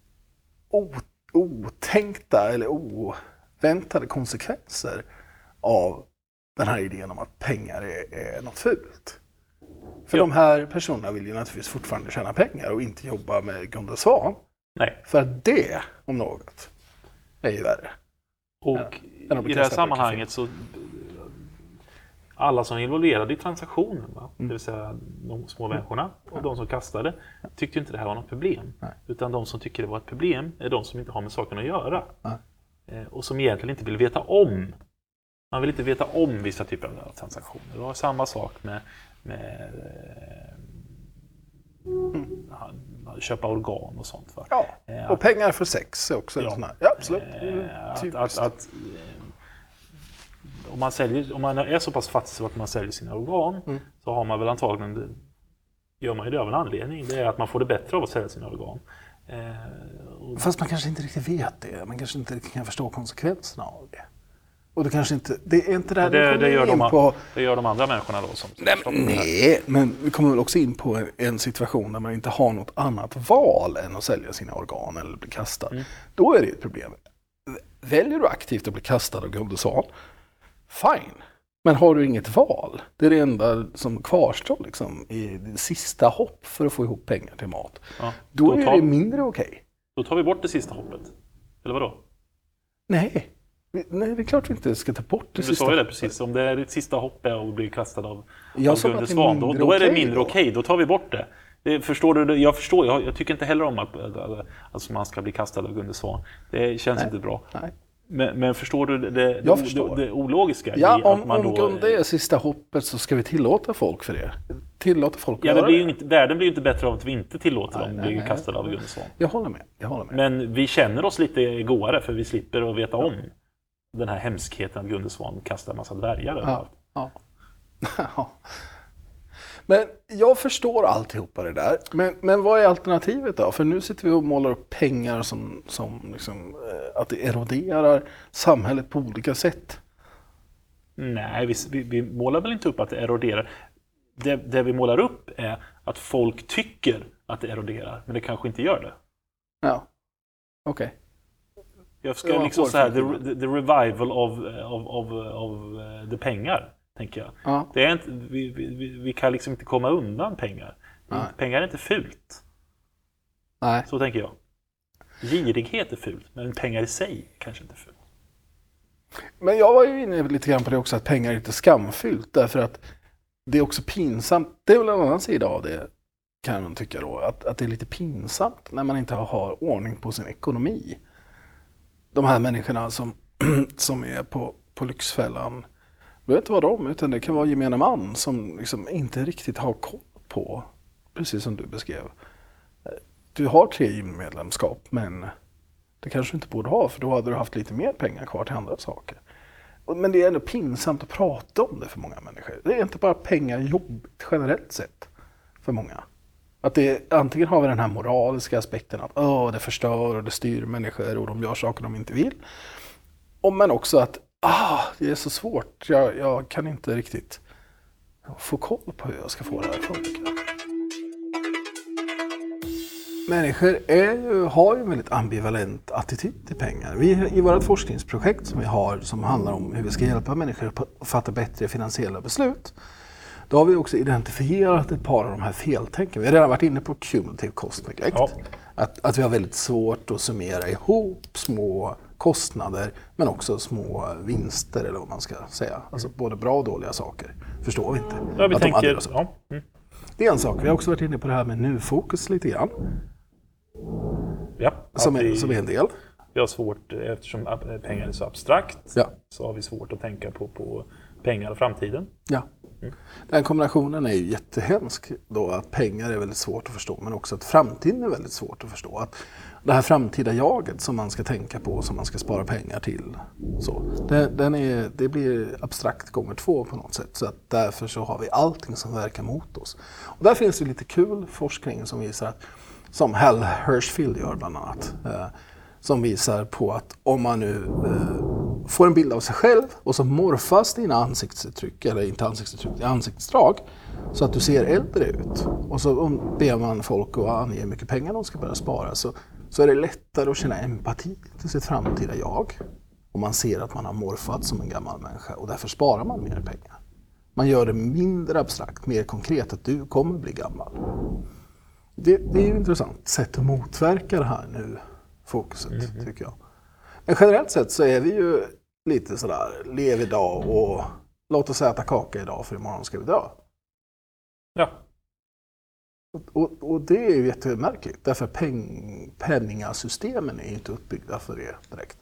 otänkta eller oväntade konsekvenser av den här idén om att pengar är något fult. För de här personerna vill ju naturligtvis fortfarande tjäna pengar och inte jobba med Gunde Svan. Nej. För att det, om något, är ju värre. Och i det här sammanhanget så alla som är involverade i transaktionen, det vill säga de små människorna och de som kastade, tyckte inte det här var något problem. Nej. Utan de som tycker det var ett problem är de som inte har med saken att göra. Och som egentligen inte vill veta om. Man vill inte veta om vissa typer av transaktioner. Det var samma sak med köpa organ och sånt. Va? Ja, och pengar för sex är också en sån här. Ja, absolut. Om man är så pass fattig så att man säljer sina organ, så har man väl antagligen, gör man ju det av en anledning. Det är att man får det bättre av att sälja sina organ. Fast man kanske inte riktigt vet det. Man kanske inte riktigt kan förstå konsekvenserna av det. Och det kanske inte, det är inte det här det gör de andra människorna då som Nej, men vi kommer väl också in på en situation där man inte har något annat val än att sälja sina organ eller bli kastad. Då är det ett problem. Väljer du aktivt att bli kastad av Gunde Svan, fine. Men har du inget val, det är det enda som kvarstår liksom, i det sista hopp för att få ihop pengar till mat. Då är det mindre okej. Då tar vi bort det sista hoppet. Eller vadå? Nej, det är klart vi inte ska ta bort det sista. Du sa ju det precis. Om det är ditt sista hopp är att bli kastad av Gunde Svan, då är det mindre okej. Då tar vi bort det. Förstår du? Jag tycker inte heller om att man ska bli kastad av Gunde Svan. Det känns inte bra. Nej. Men förstår du det ologiska? Ja, i att man om Gunde är sista hoppet så ska vi tillåta folk för det. Tillåta folk att göra det. Världen blir ju inte bättre av att vi inte tillåter dem bli kastade av Gunde Svan. Jag håller med. Men vi känner oss lite goare för vi slipper att veta om den här hemskheten att Gunde Svan kastar en massa dvärgar. Ja. Men jag förstår alltihopa det där. Men vad är alternativet då? För nu sitter vi och målar upp pengar som liksom, att det eroderar samhället på olika sätt. Nej, vi målar väl inte upp att det eroderar. Det vi målar upp är att folk tycker att det eroderar, men det kanske inte gör det. Ja, okej. Jag ska liksom så här, the revival of the pengar, tänker jag. Ja. Det är inte, vi kan liksom inte komma undan pengar. Nej. Pengar är inte fult. Nej. Så tänker jag. Girighet är fult, men pengar i sig kanske inte är fult. Men jag var ju inne lite grann på det också, att pengar är inte skamfyllt, därför att det är också pinsamt. Det är väl en annan sida av det, kan man tycka då, att det är lite pinsamt när man inte har ordning på sin ekonomi. De här människorna som är på Lyxfällan, det behöver inte vara dem, utan det kan vara gemene man som liksom inte riktigt har koll på, precis som du beskrev. Du har 3 gymmedlemskap, men det kanske du inte borde ha, för då hade du haft lite mer pengar kvar till andra saker. Men det är ändå pinsamt att prata om det för många människor. Det är inte bara pengar jobbigt generellt sett för många. Att det, antingen har vi den här moraliska aspekten att det förstör och det styr människor och de gör saker de inte vill. Men också att det är så svårt. Jag kan inte riktigt få koll på hur jag ska få det här att funka. Människor har ju en väldigt ambivalent attityd till pengar. I vårt forskningsprojekt som vi har, som handlar om hur vi ska hjälpa människor att fatta bättre finansiella beslut, då har vi också identifierat ett par av de här feltänken. Vi har redan varit inne på cumulative cost neglect. Ja. Att vi har väldigt svårt att summera ihop små kostnader, men också små vinster, eller vad man ska säga. Alltså både bra och dåliga saker förstår vi inte. Ja, vi tänker... Det är en sak. Vi har också varit inne på det här med nu-fokus lite grann. Ja, som är en del. Vi har svårt, eftersom pengar är så abstrakt, så har vi svårt att tänka på pengar och framtiden. Ja. Den kombinationen är ju jättehemsk då, att pengar är väldigt svårt att förstå, men också att framtiden är väldigt svårt att förstå. Att det här framtida jaget som man ska tänka på, som man ska spara pengar till, så, det blir abstrakt gånger 2 på något sätt. Så att därför så har vi allting som verkar mot oss. Och där finns det lite kul forskning som visar att, som Hal Hershfield gör bland annat, som visar på att om man nu får en bild av sig själv och så morfas dina ansiktsuttryck, eller inte ansiktsuttryck, ansiktsdrag, så att du ser äldre ut. Och så ber man folk att ange hur mycket pengar de ska börja spara, så är det lättare att känna empati till sitt framtida jag. Och man ser att man har morfat som en gammal människa, och därför sparar man mer pengar. Man gör det mindre abstrakt, mer konkret, att du kommer bli gammal. Det är ju ett intressant sätt att motverka det här nu fokuset, tycker jag. Men generellt sett så är vi ju lite sådär, lev idag och låt oss äta kaka idag, för imorgon ska vi dö. Ja. Och det är ju jättemärkligt, därför penningasystemen är inte uppbyggda för det direkt.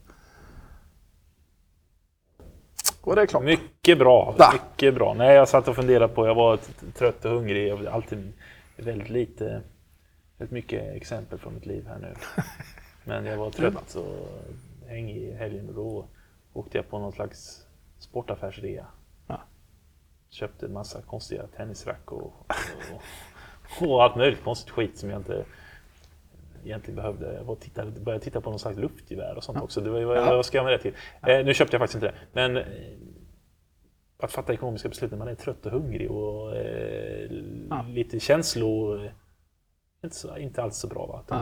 Och det är klart. Mycket bra, mycket bra. Nej, jag satt och funderade på, jag var trött och hungrig, jag var alltid väldigt mycket exempel från mitt liv här nu. Men jag var trött och hängig i helgen, och då åkte jag på någon slags sportaffärsrea. Ja. Köpte en massa konstiga tennisrack och allt möjligt konstigt skit som jag inte egentligen behövde. Jag började titta på någon slags luftgevär och sånt också. Det var, vad ska jag med det till? Nu köpte jag faktiskt inte det. Men att fatta ekonomiska beslut när man är trött och hungrig och lite inte alls så bra. Va?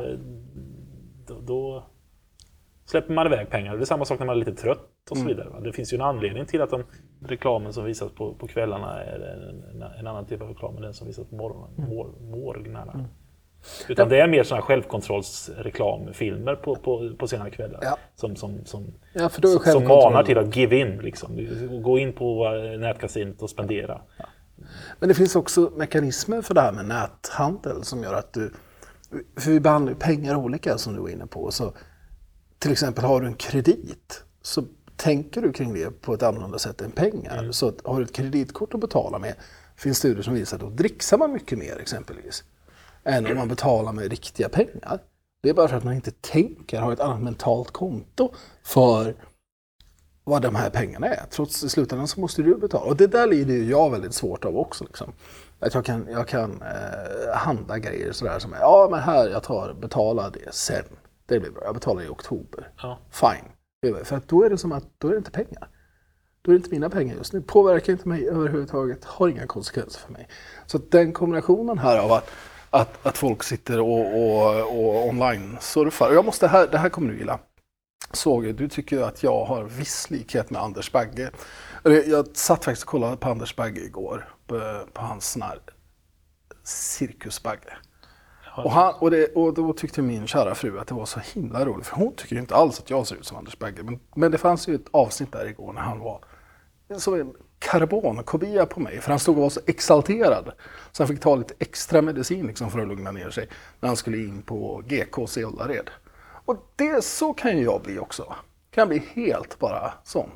Då släpper man iväg pengar. Det är samma sak när man är lite trött och så vidare. Va? Det finns ju en anledning till att reklamen som visas på kvällarna är en annan typ av reklam än den som visas på morgnarna. Utan det är mer sådana självkontrollsreklamfilmer på sena kvällar som manar till att give in. Liksom. Gå in på nätkasinot och spendera. Ja. Men det finns också mekanismer för det här med näthandel som gör att för vi behandlar pengar olika, som du var inne på. Så till exempel har du en kredit, så tänker du kring det på ett annorlunda sätt än pengar. Så har du ett kreditkort att betala med, finns studier som visar att då dricksar man mycket mer exempelvis än om man betalar med riktiga pengar. Det är bara för att man inte tänker, har ett annat mentalt konto för vad de här pengarna är. Trots i slutändan så måste du betala. Och det där lider ju jag väldigt svårt av också. Liksom. Att jag kan handla grejer sådär som men här, betala det sen. Det blir bra. Jag betalar i oktober. Ja. Fine. För att då är det som att då är det inte pengar. då är det inte mina pengar just nu. Påverkar inte mig överhuvudtaget, har inga konsekvenser för mig. Så att den kombinationen här av att folk sitter och online surfar. Och det här kommer du gilla. Du tycker att jag har viss likhet med Anders Bagge. Jag satt faktiskt och kollade på Anders Bagge igår. På hans sån här cirkusbagge. Och då tyckte min kära fru att det var så himla roligt. För hon tycker inte alls att jag ser ut som Anders Bagge. Men det fanns ju ett avsnitt där igår när han var som en karbonkopia på mig. För han stod och var så exalterad. Så han fick ta lite extra medicin liksom för att lugna ner sig. När han skulle in på GKs i Ullared. Och så kan ju jag bli också. Kan jag bli helt bara sån.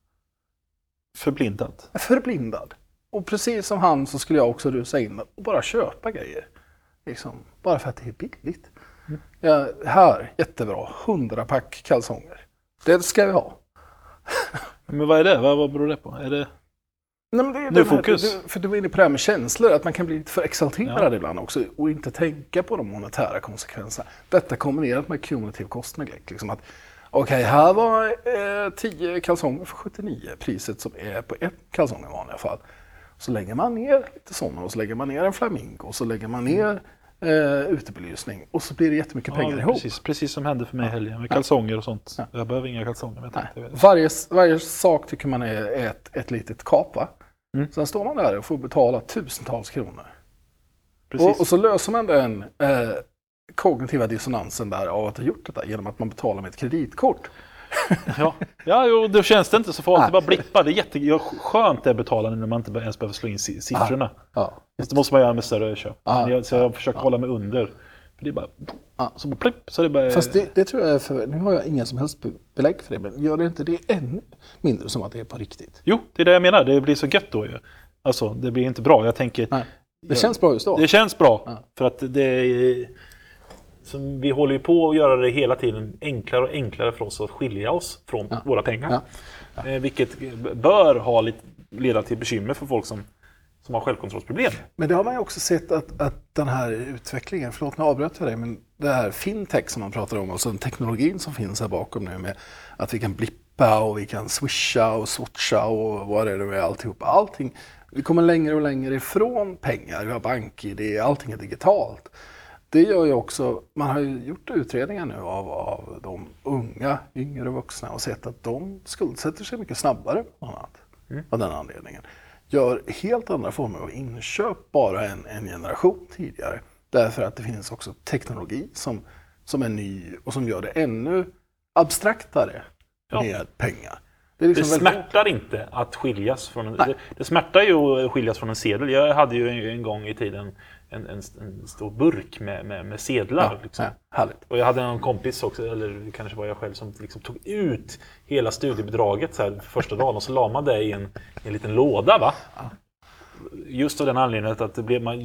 Förblindad. Och precis som han så skulle jag också rusa in och bara köpa grejer. Liksom, bara för att det är billigt. Här, jättebra. 100 pack kalsonger. Det ska vi ha. Men vad är det? Vad beror det på? Är det... Nej, men det är fokus. För du är inne på det här med känslor. Att man kan bli lite för exalterad ibland också. Och inte tänka på de monetära konsekvenserna. Detta kombinerat med kumulativ kostnad. Liksom att, okej, här var 10 kalsonger för 79. Priset som är på ett kalsong i vanliga fall. Så lägger man ner lite sådana och så lägger man ner en flamingo och så lägger man ner utebelysning och så blir det jättemycket pengar ihop. Precis som hände för mig i helgen med kalsonger och sånt. Ja. Jag behöver inga kalsonger. Varje sak tycker man är ett litet kap, va? Sen står man där och får betala tusentals kronor. Och så löser man den kognitiva dissonansen där av att ha gjort detta genom att man betalar med ett kreditkort. Ja, då känns det inte så farligt. Det bara blippar. Det är skönt det betalande när man inte ens behöver slå in siffrorna. Det måste man göra med större köp. Så jag försöker hålla mig under. För det är bara så blipp. Så det bara... Fast det tror jag är för... Nu har jag inga som helst belägg för det. Men gör det inte det ännu mindre som att det är på riktigt? Jo, det är det jag menar. Det blir så gött då ju. Alltså, det blir inte bra. Jag tänker... Det känns bra just då. Det känns bra. För att det är... Så vi håller ju på att göra det hela tiden enklare och enklare för oss att skilja oss från våra pengar. Vilket bör leda till bekymmer för folk som har självkontrollsproblem. Men det har man ju också sett att den här utvecklingen, förlåt nu avbröt jag dig, men det här fintech som man pratar om, alltså den teknologin som finns här bakom nu med att vi kan blippa och vi kan swisha och swatcha och vad det nu är alltihopa. Allting, vi kommer längre och längre ifrån pengar, vi har bank-ID, allting är digitalt. Det gör ju också, man har ju gjort utredningar nu av de yngre vuxna och sett att de skuldsätter sig mycket snabbare av den anledningen. Gör helt andra former av inköp bara en generation tidigare. Därför att det finns också teknologi som är ny och som gör det ännu abstraktare med pengar. Det smärtar inte att skiljas från det smärtar ju att skiljas från en sedel. Jag hade ju en gång i tiden en stor burk med sedlar. Härligt. Och jag hade en kompis också, eller kanske var jag själv, som liksom tog ut hela studiebidraget så här första dagen och så la man det i en liten låda, va? Just av den anledningen att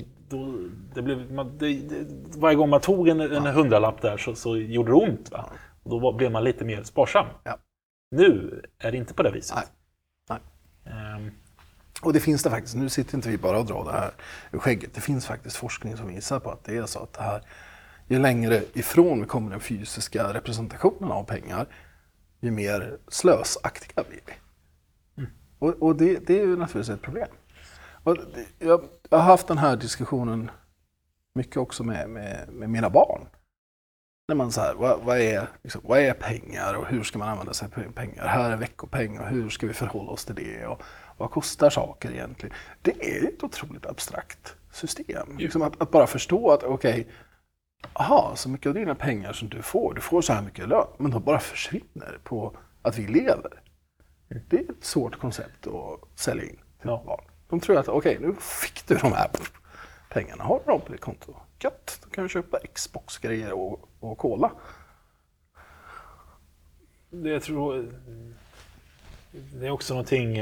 varje gång man tog en hundralapp där så gjorde det ont, va? Och då blev man lite mer sparsam. Nu är det inte på det viset. Nej. Och det finns det faktiskt, nu sitter inte vi bara och drar det här ur skägget. Det finns faktiskt forskning som visar på att det är så att det här, ju längre ifrån vi kommer den fysiska representationen av pengar, ju mer slösaktiga blir vi. Och det är ju naturligtvis ett problem. Och jag har haft den här diskussionen mycket också med mina barn. När man så här, vad är pengar och hur ska man använda sig av pengar? Här är veckopeng och hur ska vi förhålla oss till det? Och vad kostar saker egentligen? Det är ett otroligt abstrakt system. Liksom att bara förstå att så mycket av dina pengar som du får så här mycket lön, men de bara försvinner på att vi lever. Det är ett svårt koncept att sälja in till barn. De tror att nu fick du de här pengarna, har du dem på ditt konto. Gött, då kan du köpa Xbox-grejer och cola. Jag tror det är också någonting,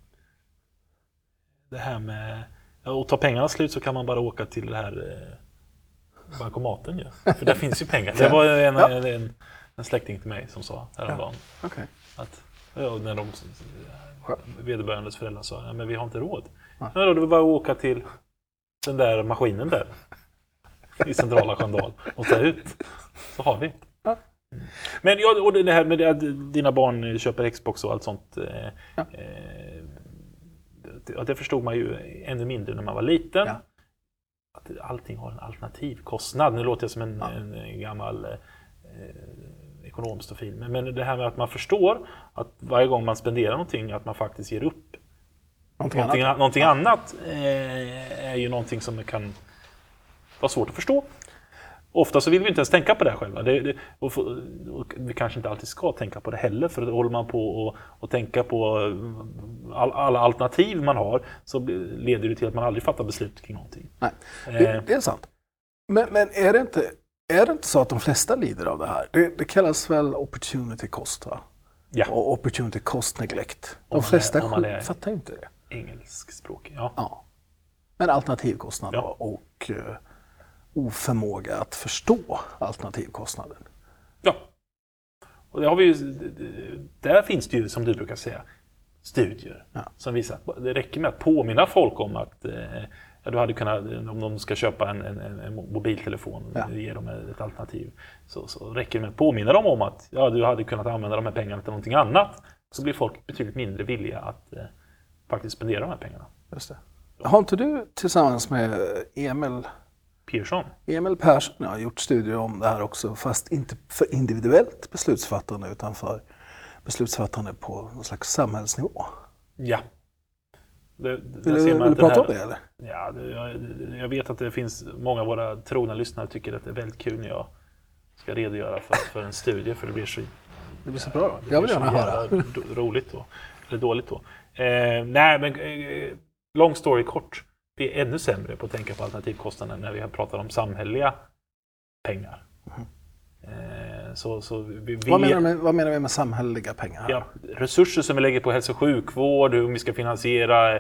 det här med att ta pengarna slut så kan man bara åka till det här bankomaten ju. För där finns ju pengar. Det var en släkting till mig som sa häromdagen att när de vederbörandes föräldrar sa men vi har inte råd. Det var bara att åka till den där maskinen där i centrala Sköndal och ta ut, så har vi. Men och det här med att dina barn köper Xbox och allt sånt. Det förstod man ju ännu mindre när man var liten. Ja. Att allting har en alternativ kostnad. Nu låter jag som en gammal ekonomstofil. Men det här med att man förstår att varje gång man spenderar någonting att man faktiskt ger upp. Någonting annat är ju någonting som kan vara svårt att förstå. Ofta så vill vi inte ens tänka på det själva. Och vi kanske inte alltid ska tänka på det heller. För då håller man på och tänka på alla alternativ man har så leder det till att man aldrig fattar beslut kring någonting. Nej, det är sant. Men är det inte så att de flesta lider av det här? Det kallas väl opportunity cost, va? Ja. Och opportunity cost neglect. De flesta fattar inte det. Engelskspråk, ja. Men alternativkostnad och oförmåga att förstå alternativkostnaden. Ja. Och det har vi ju, där finns det ju, som du brukar säga, studier som visar att det räcker med att påminna folk om att du hade kunnat, om de ska köpa en mobiltelefon ge dem ett alternativ, så räcker det med att påminna dem om att du hade kunnat använda de här pengarna till någonting annat, så blir folk betydligt mindre villiga att faktiskt spendera de här pengarna. Just det. Har inte du tillsammans med Emil Persson har gjort studier om det här också, fast inte för individuellt beslutsfattande utan för beslutsfattande på någon slags samhällsnivå? Ja. Vill du prata om det eller? Ja, jag vet att det finns många av våra trogna lyssnare tycker att det är väldigt kul när jag ska redogöra för en studie, för det blir så bra då. Jag vill gärna höra. Roligt då, eller dåligt då. Nej, men long story kort. Vi är ännu sämre på att tänka på alternativkostnaden när vi har pratat om samhälleliga pengar. Vad menar vi med samhälleliga pengar? Ja, resurser som vi lägger på hälso- och sjukvård, hur vi ska finansiera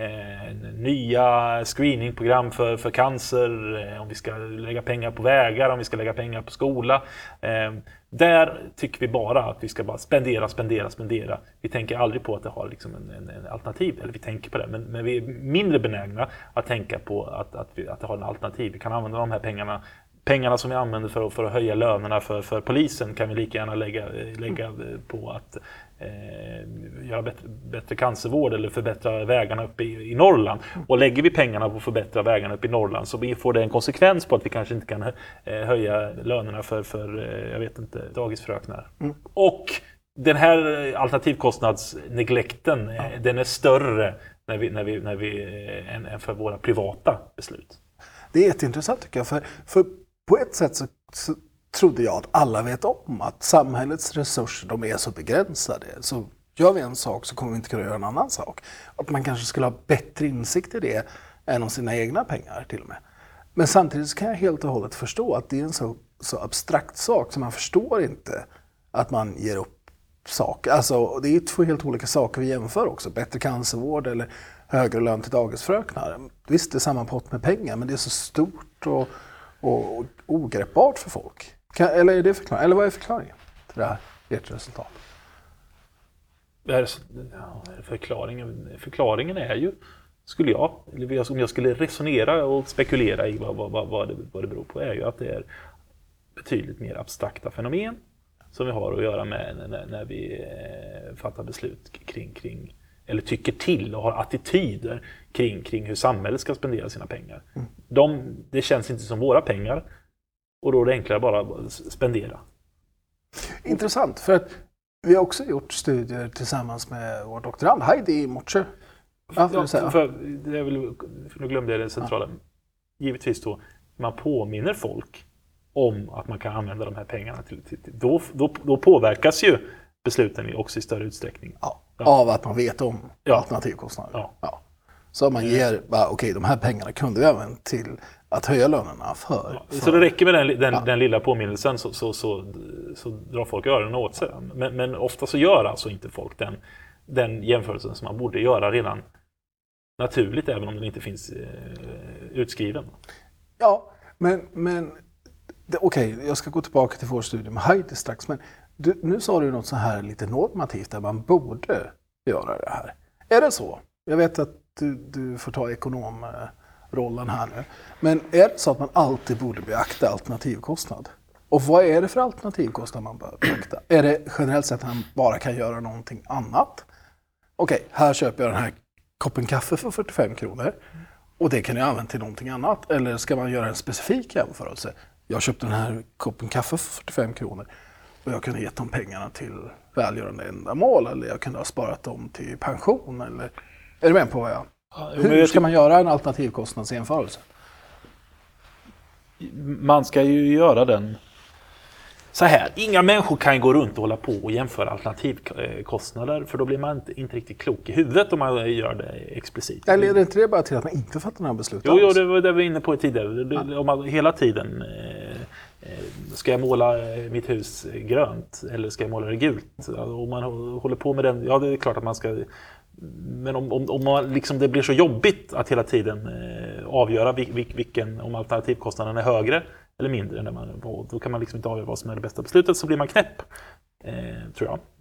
nya screeningprogram för cancer, om vi ska lägga pengar på vägar, om vi ska lägga pengar på skola. Där tycker vi bara att vi ska bara spendera. Vi tänker aldrig på att det har liksom en alternativ, eller vi tänker på det, men vi är mindre benägna att tänka på att det har en alternativ. Vi kan använda de här pengarna som vi använder för att höja lönerna för polisen kan vi lika gärna lägga på att göra bättre cancervård eller förbättra vägarna uppe i Norrland. Och lägger vi pengarna på att förbättra vägarna uppe i Norrland så får det en konsekvens på att vi kanske inte kan höja lönerna för jag vet inte, dagisfröknar. Och den här alternativkostnadsneglekten den är större när vi än för våra privata beslut. Det är jätteintressant tycker jag, för på ett sätt så trodde jag att alla vet om att samhällets resurser, de är så begränsade. Så gör vi en sak så kommer vi inte kunna göra en annan sak. Att man kanske skulle ha bättre insikt i det än om sina egna pengar till och med. Men samtidigt kan jag helt och hållet förstå att det är en så abstrakt sak så man förstår inte att man ger upp saker. Alltså det är 2 helt olika saker vi jämför också. Bättre cancervård eller högre lön till dagisfröknar. Visst, det är samma pott med pengar, men det är så stort och ogreppbart för folk. Eller är det förklaringen? Eller vad är förklaringen till det här, ert resultat? Förklaringen är ju, om jag skulle resonera och spekulera i vad det beror på, är ju att det är betydligt mer abstrakta fenomen som vi har att göra med när vi fattar beslut kring eller tycker till och har attityder kring hur samhället ska spendera sina pengar. Det känns inte som våra pengar och då är det enklare bara att spendera. Intressant, för att vi har också gjort studier tillsammans med vår doktorand Heidi Morse. Nu glömde jag det centrala. Givetvis man påminner folk om att man kan använda de här pengarna då påverkas ju besluten också i större utsträckning. Av att man vet om alternativkostnader. Ja. Så man ger, okej, de här pengarna kunde vi använda till att höja lönerna för. Så det räcker med den lilla påminnelsen så drar folk öronen åt sig. Men ofta så gör alltså inte folk den jämförelsen som man borde göra redan naturligt, även om den inte finns utskriven. Ja, men okej, jag ska gå tillbaka till vår studie med Heidi strax, men nu sa du något så här lite normativt där man borde göra det här. Är det så? Jag vet att du får ta ekonomrollen här nu. Men är det så att man alltid borde beakta alternativkostnad? Och vad är det för alternativkostnad man bör beakta? Är det generellt sett att han bara kan göra någonting annat? Okej, här köper jag den här koppen kaffe för 45 kronor. Och det kan jag använda till någonting annat. Eller ska man göra en specifik jämförelse? Jag köpte den här koppen kaffe för 45 kronor. Och jag kunde gett de pengarna till välgörande ändamål. Eller jag kunde ha sparat dem till pension. Eller, är du med på vad jag... Hur ska man göra en alternativkostnadsjämförelse? Man ska ju göra den så här. Inga människor kan gå runt och hålla på och jämföra alternativkostnader. För då blir man inte riktigt klok i huvudet om man gör det explicit. Eller leder inte det bara till att man inte fattar några beslut? Jo, det var det vi var inne på tidigare. Om man hela tiden ska jag måla mitt hus grönt eller ska jag måla det gult? Om man håller på med den, ja det är klart att man ska. Men om man liksom, det blir så jobbigt att hela tiden avgöra vilken, om alternativkostnaden är högre eller mindre, då kan man liksom inte avgöra vad som är det bästa beslutet, så blir man knäpp, tror jag.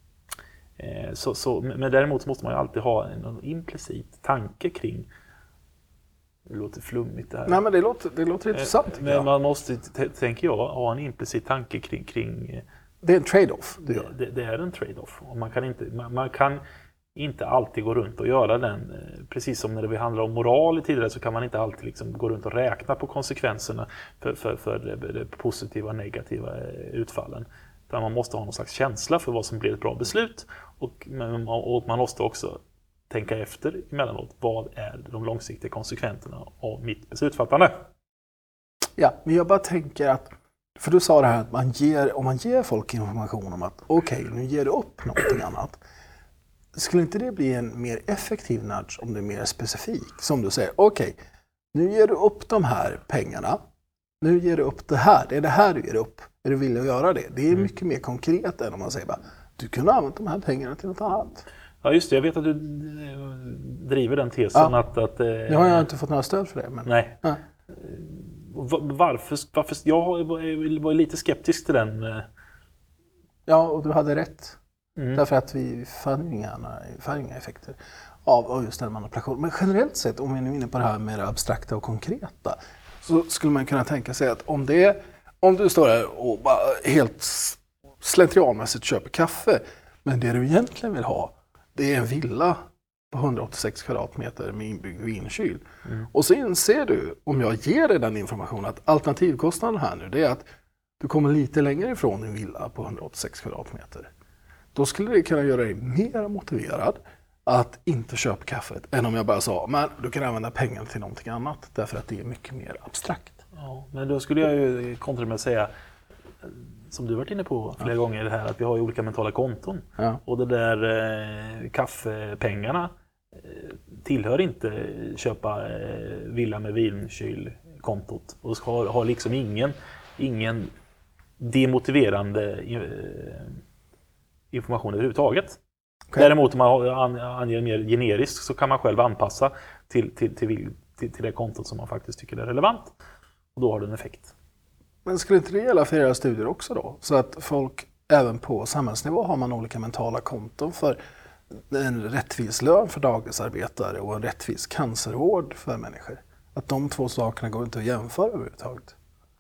Men däremot måste man ju alltid ha en implicit tanke kring. Det låter flummigt det här. Nej, men det låter intressant. Men man måste, tänker jag, ha en implicit tanke kring det är en trade-off. Det är en trade-off. Och man kan inte alltid gå runt och göra den. Precis som när det handlar om moral i tidigare så kan man inte alltid liksom gå runt och räkna på konsekvenserna för det positiva och negativa utfallen. Utan man måste ha någon slags känsla för vad som blir ett bra beslut. Och man måste också tänka efter emellanåt. Vad är de långsiktiga konsekvenserna av mitt beslutsfattande? Ja, men jag bara tänker att, för du sa det här att om man ger folk information om att okej, nu ger du upp någonting annat. Skulle inte det bli en mer effektiv nudge om det är mer specifik? Som du säger, okej, nu ger du upp de här pengarna. Nu ger du upp det här. Det är det här du ger upp. Är du villig att göra det? Det är mycket mer konkret än om man säger bara, du kunde använda de här pengarna till något annat. Ja just det, jag vet att du driver den tesen att nu har jag inte fått några stöd för det. Men... Nej. Ja. Varför? Jag var lite skeptisk till den. Ja, och du hade rätt. Därför att vi fann inga effekter av just den manipulation. Men generellt sett, om vi nu är inne på det här med det abstrakta och konkreta, så skulle man kunna tänka sig att om du står där och bara helt slentrianmässigt köper kaffe, men det du egentligen vill ha, det är en villa på 186 kvadratmeter med inbyggd vinkyl. Och så inser du, om jag ger dig den informationen, att alternativkostnaden här nu, det är att du kommer lite längre ifrån en villa på 186 kvadratmeter. Då skulle det kunna göra dig mer motiverad att inte köpa kaffet än om jag bara sa, men du kan använda pengarna till någonting annat, därför att det är mycket mer abstrakt. Ja, men då skulle jag ju kontra med att säga, som du varit inne på flera gånger, det här att vi har ju olika mentala konton. Ja. Och det där kaffepengarna tillhör inte köpa villa med vinkyl-kontot. Och har liksom ingen demotiverande information överhuvudtaget. Okay. Däremot om man anger mer generiskt så kan man själv anpassa till det kontot som man faktiskt tycker är relevant. Och då har det en effekt. Men skulle inte det gälla för era studier också då? Så att folk även på samhällsnivå har man olika mentala konton för en rättvis lön för dagisarbetare och en rättvis cancervård för människor. Att de två sakerna går inte att jämföra överhuvudtaget.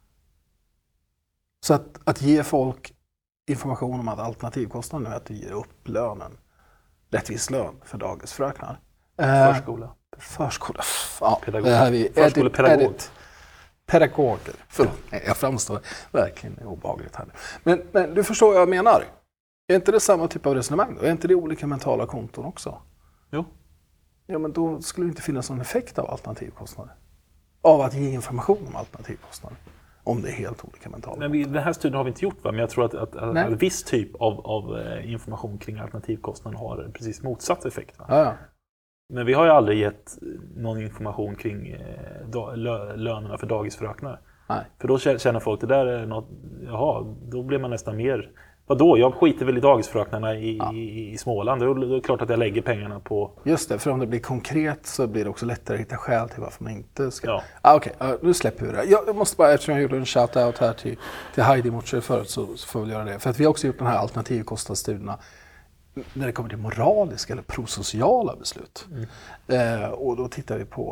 Så att ge folk information om att alternativkostnaden är att du ger upp lönen. Rättvis lön för dagisfröknar. Förskola. Ja, Förskolepedagog. Pedagoger. Förlåt, jag framstår verkligen obehagligt här nu. Men du förstår vad jag menar. Är inte det samma typ av resonemang då? Är inte det olika mentala konton också? Jo. Ja, men då skulle det inte finnas någon effekt av alternativkostnader. Av att ge information om alternativkostnader. Om det är helt olika mentala. Men den här studien har vi inte gjort, va? Men jag tror att en viss typ av information kring alternativkostnader har precis motsatt effekt. Va? Ja. Men vi har ju aldrig gett någon information kring lönerna för dagisfröknar. Nej. För då känner folk, det där är något, jaha, då blir man nästan mer, vadå, jag skiter väl i dagisfröknarna i Småland, då är det klart att jag lägger pengarna på... Just det, för om det blir konkret så blir det också lättare att hitta skäl till varför man inte ska... Ja. Okej, nu släpper vi det. Jag måste bara, eftersom jag gjorde en shout-out här till Heidi Mortser förut så får vi göra det. För att vi har också gjort den här alternativkostnadsstudierna när det kommer till moraliska eller prosociala beslut. Och då tittar vi på att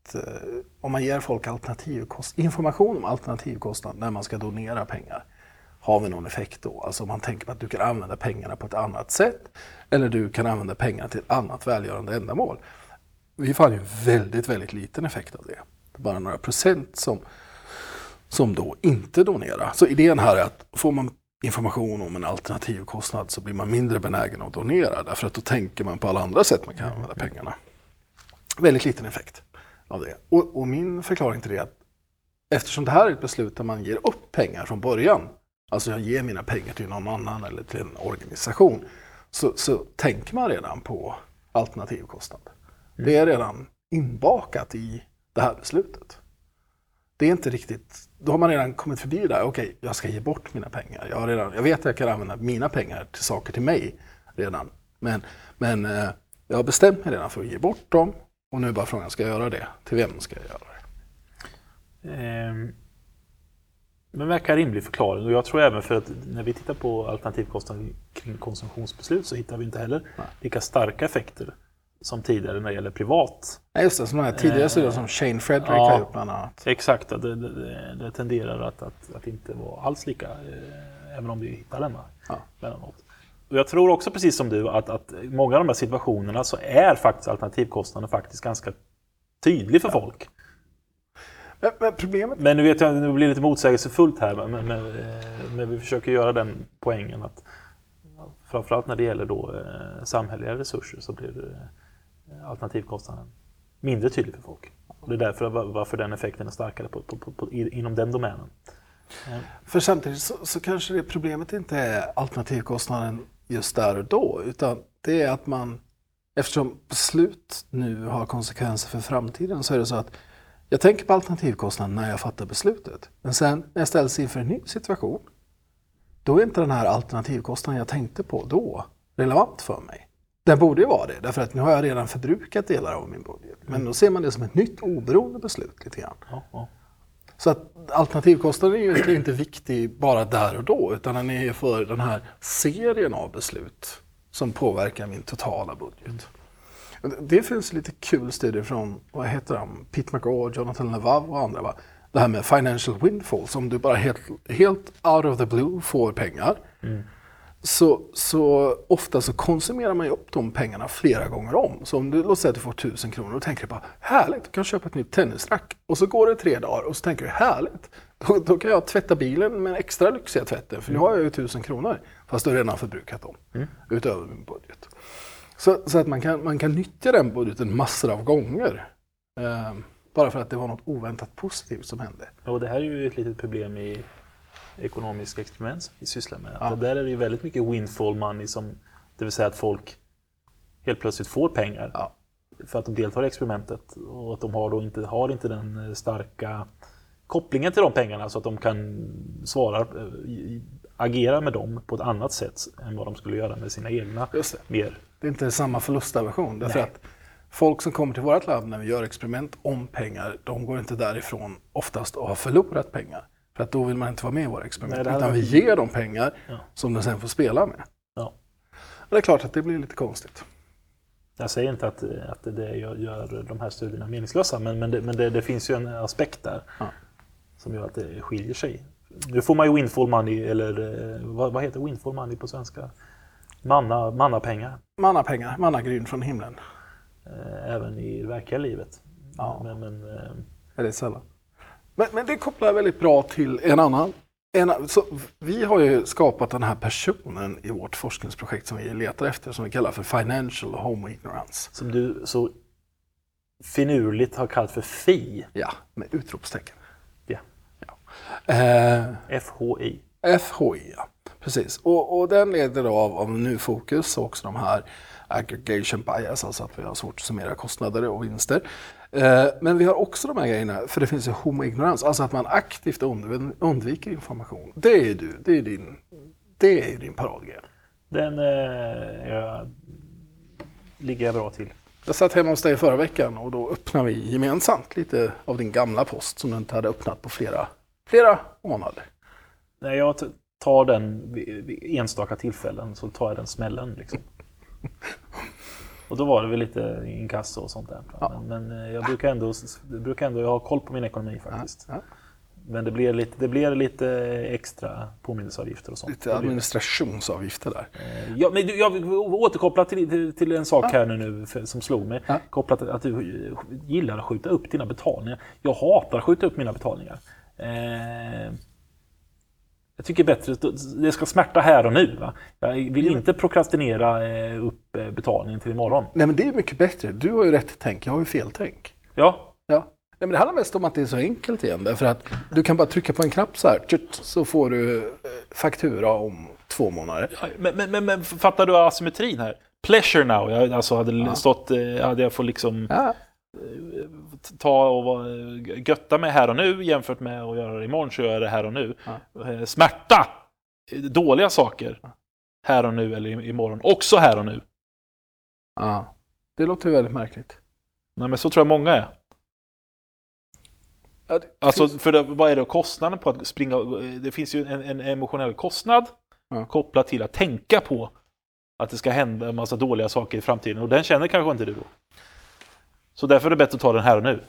om man ger folk information om alternativkostnad när man ska donera pengar, har vi någon effekt då? Alltså om man tänker på att du kan använda pengarna på ett annat sätt eller du kan använda pengarna till ett annat välgörande ändamål. Vi får ju väldigt, väldigt liten effekt av det. Det är bara några procent som då inte donerar. Så idén här är att får man information om en alternativkostnad så blir man mindre benägen att donera, därför att då tänker man på alla andra sätt man kan använda pengarna. Väldigt liten effekt av det. Och min förklaring till det är att eftersom det här är ett beslut där man ger upp pengar från början, alltså jag ger mina pengar till någon annan eller till en organisation, så tänker man redan på alternativkostnad. Det är redan inbakat i det här beslutet. Det är inte riktigt, då har man redan kommit förbi det där. Okej, jag ska ge bort mina pengar. Jag vet att jag kan använda mina pengar till saker till mig redan. Men jag har bestämt mig redan för att ge bort dem. Och nu är bara frågan, ska jag göra det? Till vem ska jag göra det? Men verkar rimlig förklaring. Och jag tror även för att när vi tittar på alternativkostnader kring konsumtionsbeslut så hittar vi inte heller lika starka effekter som tidigare när det gäller privat. Ja, just det, som de här tidigare studier som Shane Frederick har gjort bland annat. Exakt, det tenderar att inte vara alls lika, även om vi hittar denna mellanåt. Och jag tror också precis som du att många av de här situationerna så är faktiskt alternativkostnaden faktiskt ganska tydlig för folk. Men problemet... Men nu vet jag, nu blir det lite motsägelsefullt här, men vi försöker göra den poängen att framförallt när det gäller då samhälleliga resurser så blir alternativkostnaden mindre tydlig för folk. Och det är därför varför den effekten är starkare inom den domänen. För samtidigt så kanske det problemet inte är alternativkostnaden just där och då, utan det är att man, eftersom beslut nu har konsekvenser för framtiden, så är det så att jag tänker på alternativkostnaden när jag fattar beslutet. Men sen när jag ställs inför en ny situation, då är inte den här alternativkostnaden jag tänkte på då relevant för mig. Den borde ju vara det, därför att nu har jag redan förbrukat delar av min budget. Men då ser man det som ett nytt oberoende beslut lite grann. Så att alternativkostnaden är ju inte viktig bara där och då, utan den är för den här serien av beslut som påverkar min totala budget. Det finns lite kul studier från, vad heter de, Pete McGraw, Jonathan Levav och andra, va? Det här med financial windfall, som du bara helt out of the blue får pengar. Så ofta så konsumerar man ju upp de pengarna flera gånger om. Så om du, låt säga att du får 1000 kronor och tänker du bara, härligt, du kan köpa ett nytt tennisrack. Och så går det 3 dagar och så tänker du, härligt, då kan jag tvätta bilen med en extra lyxiga tvätten, för nu har jag ju 1000 kronor. Fast du har redan förbrukat dem utöver min budget. Så att man kan nyttja den budgeten massor av gånger. Bara för att det var något oväntat positivt som hände. Och det här är ju ett litet problem i ekonomiska experiment som vi sysslar med. Ja. Där är det ju väldigt mycket windfall money, det vill säga att folk helt plötsligt får pengar för att de deltar i experimentet, och att de har inte den starka kopplingen till de pengarna så att de kan agera med dem på ett annat sätt än vad de skulle göra med sina egna. Just det. Mer. Det är inte samma förlustaversion, därför att folk som kommer till vårt labb när vi gör experiment om pengar, de går inte därifrån oftast och har förlorat pengar. För att då vill man inte vara med i våra experiment. Utan vi ger dem pengar som de sen får spela med. Ja. Och det är klart att det blir lite konstigt. Jag säger inte att det gör de här studierna meningslösa, men det finns ju en aspekt där som gör att det skiljer sig. Nu får man ju windfall money, eller vad heter windfall money på svenska? Mannapengar. Mannapengar, mannagryn från himlen. Även i det verkliga livet. Ja, är det sällan. Men det kopplar väldigt bra till en annan. Så vi har ju skapat den här personen i vårt forskningsprojekt som vi letar efter, som vi kallar för Financial Home Ignorance. Som du så finurligt har kallat för FI. Ja, med utropstecken. Ja. FHI. FHI, ja. Precis. Och den leder av NuFocus och också de här aggregation bias, alltså att vi har svårt att summera kostnader och vinster. Men vi har också de här grejerna, för det finns ju homo ignorans, alltså att man aktivt undviker information. Det är din paradgren. Den ligger jag bra till. Jag satt hemma hos dig förra veckan och då öppnade vi gemensamt lite av din gamla post som du inte hade öppnat på flera månader. Nej, jag tar den vid enstaka tillfällen, så tar jag den smällen liksom. Och då var det väl lite inkasso och sånt där. Ja. Men jag brukar ändå ha koll på min ekonomi faktiskt. Ja. Men det blir lite extra påminnelseavgifter och sånt. Lite administrationsavgifter där. Ja, men jag vill återkoppla till en sak här nu som slog mig. Ja. Kopplat till att du gillar att skjuta upp dina betalningar. Jag hatar att skjuta upp mina betalningar. Jag tycker bättre att det ska smärta här och nu. Va? Jag vill inte prokrastinera upp betalningen till imorgon. Nej, men det är mycket bättre. Du har ju rätt tänk, jag har ju fel tänk. Ja. Nej, men det handlar mest om att det är så enkelt igen. Därför att du kan bara trycka på en knapp så här. Så får du faktura om 2 månader. Men fattar du asymmetrin här? Pleasure now. Jag hade jag fått liksom... Ja. Ta och götta mig här och nu jämfört med att göra det imorgon, så gör jag det här och nu. Ja. Smärta! Dåliga saker. Här och nu eller imorgon. Också här och nu. Ja, det låter väldigt märkligt. Nej, men så tror jag många är. Ja, alltså, för vad är det kostnaden på att springa? Det finns ju en emotionell kostnad kopplat till att tänka på att det ska hända en massa dåliga saker i framtiden. Och den känner kanske inte du då. Så därför är det bättre att ta den här och nu.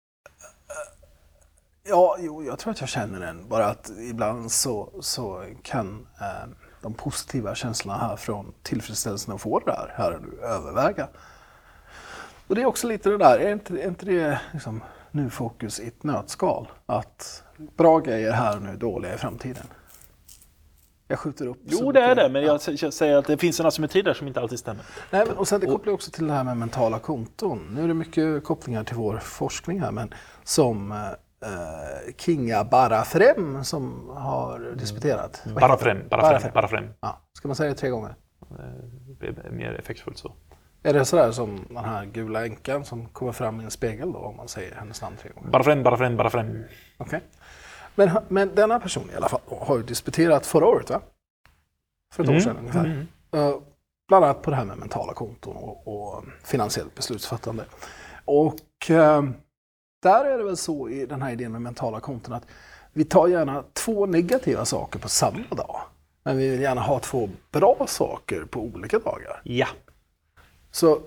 Ja, jag tror att jag känner den. Bara att ibland så kan de positiva känslorna här från tillfredsställelsen att få det här och nu överväga. Och det är också lite det där, är inte det liksom nu fokus i ett nötskal? Att bra grejer här och nu, dåliga i framtiden. Jag skjuter upp. Jo, det är det, men jag säger att det finns en asymmetri där som inte alltid stämmer. Nej, men, och sen det kopplar också till det här med mentala konton. Nu är det mycket kopplingar till vår forskning här, men som Kinga Barafrem som har disputerat. Barafrem. Ja, ska man säga det 3 gånger? Det är mer effektfullt så. Är det sådär som den här gula änkan som kommer fram i en spegel då, om man säger hennes namn 3 gånger? Barafrem. Okej. Men denna person i alla fall har ju disputerat förra året, va? För ett år sedan ungefär. Bland annat på det här med mentala konton och finansiellt beslutsfattande. Och där är det väl så i den här idén med mentala konton att vi tar gärna 2 negativa saker på samma dag. Men vi vill gärna ha 2 bra saker på olika dagar. Ja. Så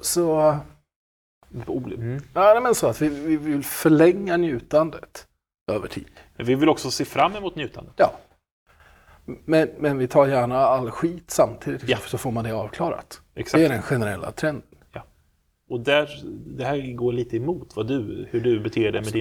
att vi vill förlänga njutandet över tid. Men vi vill också se fram emot njutandet. Ja. Men vi tar gärna all skit samtidigt så får man det avklarat. Exakt. Det är den generella trenden. Ja. Och det här går lite emot hur du beter dig med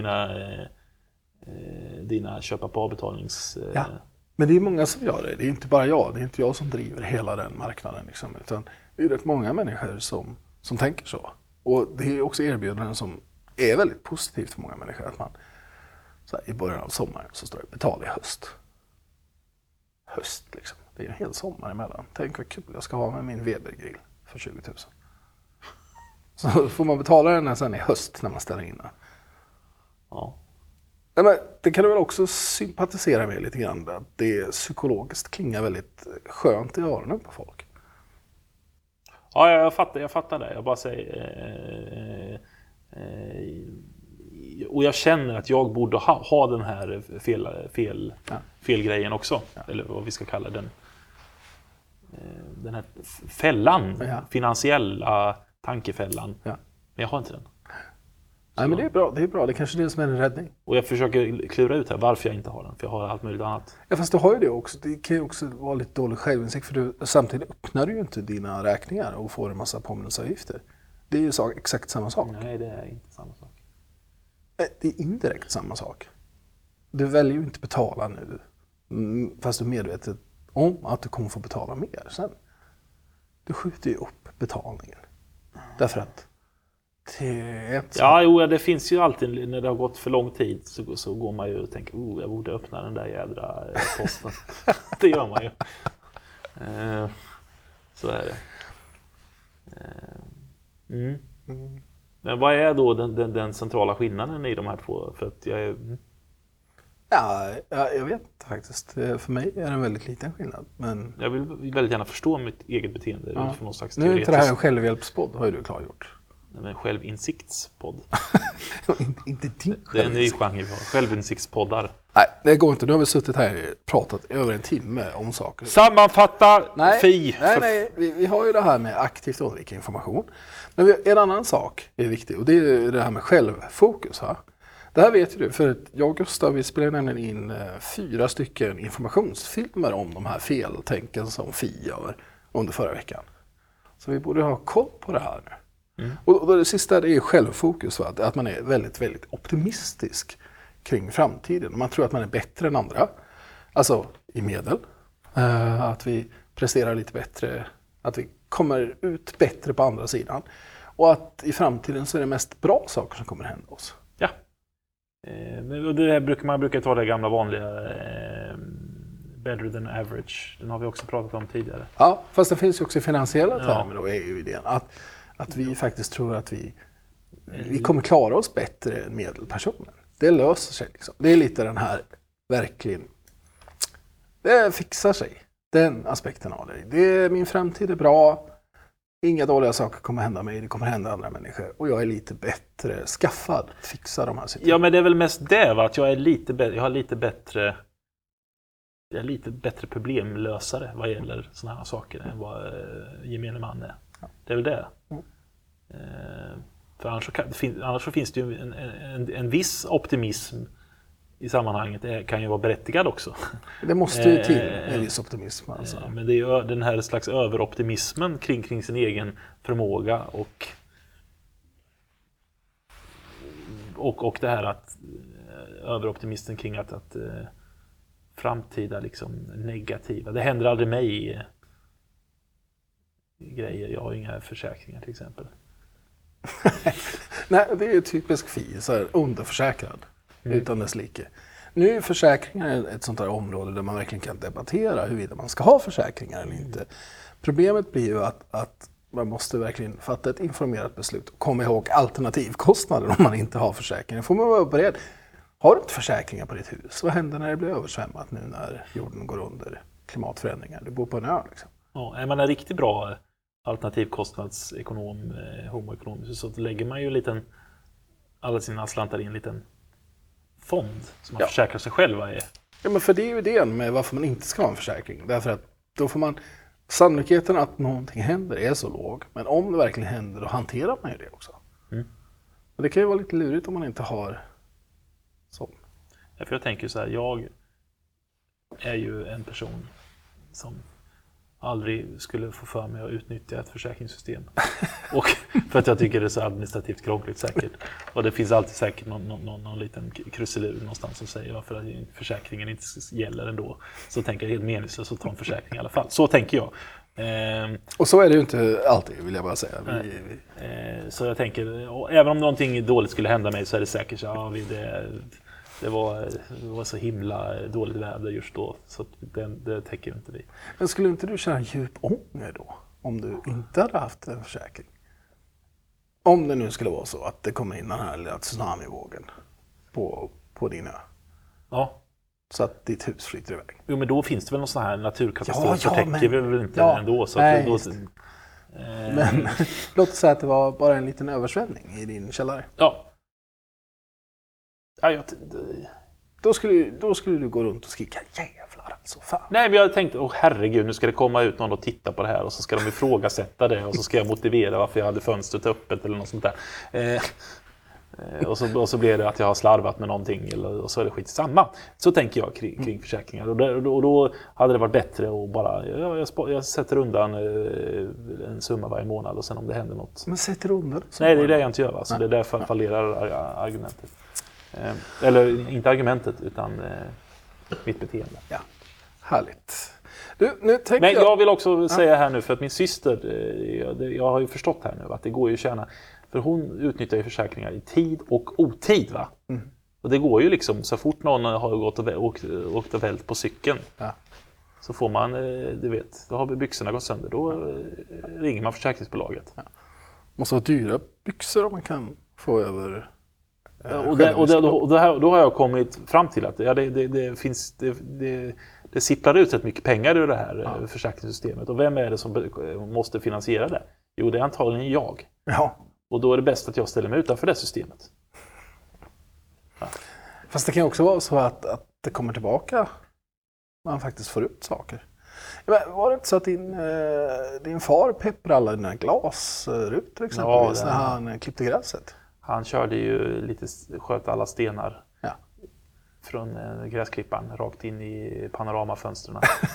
dina köpa på avbetalnings... Ja. Men det är många som gör det. Det är inte bara jag. Det är inte jag som driver hela den marknaden. Liksom, utan det är rätt många människor som tänker så. Och det är också erbjudanden som är väldigt positivt för många människor. Att man så här, i början av sommaren så står det betal i höst. Höst liksom. Det är en hel sommar emellan. Tänk vad kul jag ska ha med min Weber-grill för 20 000. Så får man betala den sen i höst när man ställer in den. Ja. Men det kan du väl också sympatisera med lite grann. Att det psykologiskt klingar väldigt skönt i öronen på folk. Ja, jag fattar det. Jag bara säger... och jag känner att jag borde ha den här felgrejen också. Ja. Eller vad vi ska kalla den. Den här fällan. Ja. Finansiella tankefällan. Ja. Men jag har inte den. Nej, men det är bra. Det är bra. Det är kanske det som är en räddning. Och jag försöker klura ut här varför jag inte har den. För jag har allt möjligt annat. Ja, fast du har ju det också. Det kan ju också vara lite dålig självinsikt. För samtidigt öppnar du ju inte dina räkningar och får en massa påminnelseavgifter. Det är ju exakt samma sak. Nej, det är inte samma sak. Det är indirekt samma sak. Du väljer ju inte betala nu. Fast du är medveten om att du kommer få betala mer sen. Du skjuter ju upp betalningen. Därför att det finns ju alltid, när det har gått för lång tid så går man ju och tänker, jag borde öppna den där jädra posten. Det gör man ju. Så är det. Men vad är då den centrala skillnaden i de här två? För att jag är... jag vet faktiskt. För mig är det en väldigt liten skillnad. Men... Jag vill väldigt gärna förstå mitt eget beteende. Ja. Någon slags nu är inte det här en självhjälpspodd, har ju du klargjort. Nej, men självinsiktspodd. Inte din Det är en ny genre vi har. Självinsiktspoddar. Nej, det går inte. Nu har vi suttit här och pratat över en timme om saker. Sammanfatta FI. Nej. Vi har ju det här med aktivt undvika information. Men en annan sak är viktig och det är det här med självfokus. Här. Det här vet ju du, för jag och Gustav vi spelade nämligen in 4 stycken informationsfilmer om de här feltänken som FI gör under förra veckan. Så vi borde ha koll på det här nu. Mm. Och det sista det är självfokus, va? Att man är väldigt, väldigt optimistisk kring framtiden. Man tror att man är bättre än andra, alltså i medel. Att vi presterar lite bättre, att vi kommer ut bättre på andra sidan. Och att i framtiden så är det mest bra saker som kommer hända oss. Ja. Det här man brukar ta det gamla vanliga better than average. Den har vi också pratat om tidigare. Ja, fast det finns ju också i finansiella termer då är ju idén att vi faktiskt tror att vi kommer klara oss bättre än medelpersonen. Det löser sig liksom. Det är lite den här verkligen, det fixar sig. Den aspekten av det. Min framtid är bra. Inga dåliga saker kommer hända mig. Det kommer hända andra människor. Och jag är lite bättre skaffad att fixa de här situationerna. Ja, men det är väl mest det, va? Att jag är jag har lite bättre problemlösare vad gäller såna här saker än vad gemene man är. Ja. Det är väl det. Mm. För annars så finns det ju en viss optimism i sammanhanget. Det kan ju vara berättigad också. Det måste ju till en viss optimism. Alltså. Men det är ju den här slags överoptimismen kring sin egen förmåga och det här att överoptimisten kring att framtida liksom negativa. Det händer aldrig mig grejer. Jag har inga försäkringar till exempel. Nej, det är ju typisk FI, så här underförsäkrad utan dess like. Nu är försäkringar ett sånt här område där man verkligen kan debattera huruvida man ska ha försäkringar eller inte. Problemet blir ju att man måste verkligen fatta ett informerat beslut och komma ihåg alternativkostnader om man inte har försäkringar. Får man vara beredd. Har du inte försäkringar på ditt hus? Vad händer när det blir översvämmat nu när jorden går under klimatförändringar? Du bor på en ö liksom. Ja, är man en riktigt bra alternativkostnadsekonom, homoekonom, så lägger man ju alla sina slantar i en liten fond som man försäkrar sig själva i. Ja, men för det är ju idén med varför man inte ska ha en försäkring. Därför att då får man sannolikheten att någonting händer är så låg. Men om det verkligen händer, då hanterar man ju det också. Mm. Men det kan ju vara lite lurigt om man inte har sån. Ja, för jag tänker så här, jag är ju en person som aldrig skulle få för mig att utnyttja ett försäkringssystem. Och för att jag tycker det är så administrativt krångligt säkert. Och det finns alltid säkert någon liten kruselur någonstans som säger varför att försäkringen inte gäller ändå. Så tänker jag helt meningslöst att ta en försäkring i alla fall. Så tänker jag. Och så är det ju inte alltid, vill jag bara säga. Så jag tänker, även om någonting dåligt skulle hända mig så är det säkert så det var så himla dåligt väder just då, så det täcker inte vi. Men skulle inte du känna djup ånger då, om du inte hade haft en försäkring? Om det nu skulle vara så att det kommer in den här lilla tsunamivågen på din ö. Ja. Så att ditt hus flyter iväg. Jo, men då finns det väl någon sån här naturkatastrof så täcker vi väl inte ändå. Så nej, men låt oss säga att det var bara en liten översvämning i din källare. Ja. Då skulle du gå runt och skrika jävlar alltså, fan. Nej, men jag tänkte, herregud, nu ska det komma ut någon och titta på det här och så ska de ifrågasätta det och så ska jag motivera varför jag hade fönstret öppet eller något sånt där. Och så blir det att jag har slarvat med någonting och så är det skitsamma. Så tänker jag kring försäkringar. Och då hade det varit bättre att bara, jag sätter undan en summa varje månad och sen om det händer något. Men sätter undan? Nej, det är det jag inte gör. Va? Så det är därför fallerar argumentet. Eller inte argumentet utan mitt beteende. Ja, härligt. Men jag vill också säga här nu, för att min syster, jag har ju förstått här nu att det går ju att tjäna, för hon utnyttjar ju försäkringar i tid och otid, va? Mm. Och det går ju liksom, så fort någon har gått åkt och vält på cykeln, så får man, du vet, då har byxorna gått sönder, då ringer man försäkringsbolaget. Ja. Måste vara dyra byxor om man kan få över... Då har jag kommit fram till att det sipprar ut rätt mycket pengar ur det här försäkringssystemet. Och vem är det som måste finansiera det? Jo, det är antagligen jag. Ja. Och då är det bäst att jag ställer mig utanför det systemet. Ja. Fast det kan också vara så att det kommer tillbaka. Man faktiskt får ut saker. Men var det inte så att din far pepprade alla dina glasrutor exempelvis när han klippte gräset? Han körde ju sköt alla stenar från gräsklipparen rakt in i panoramafönstren.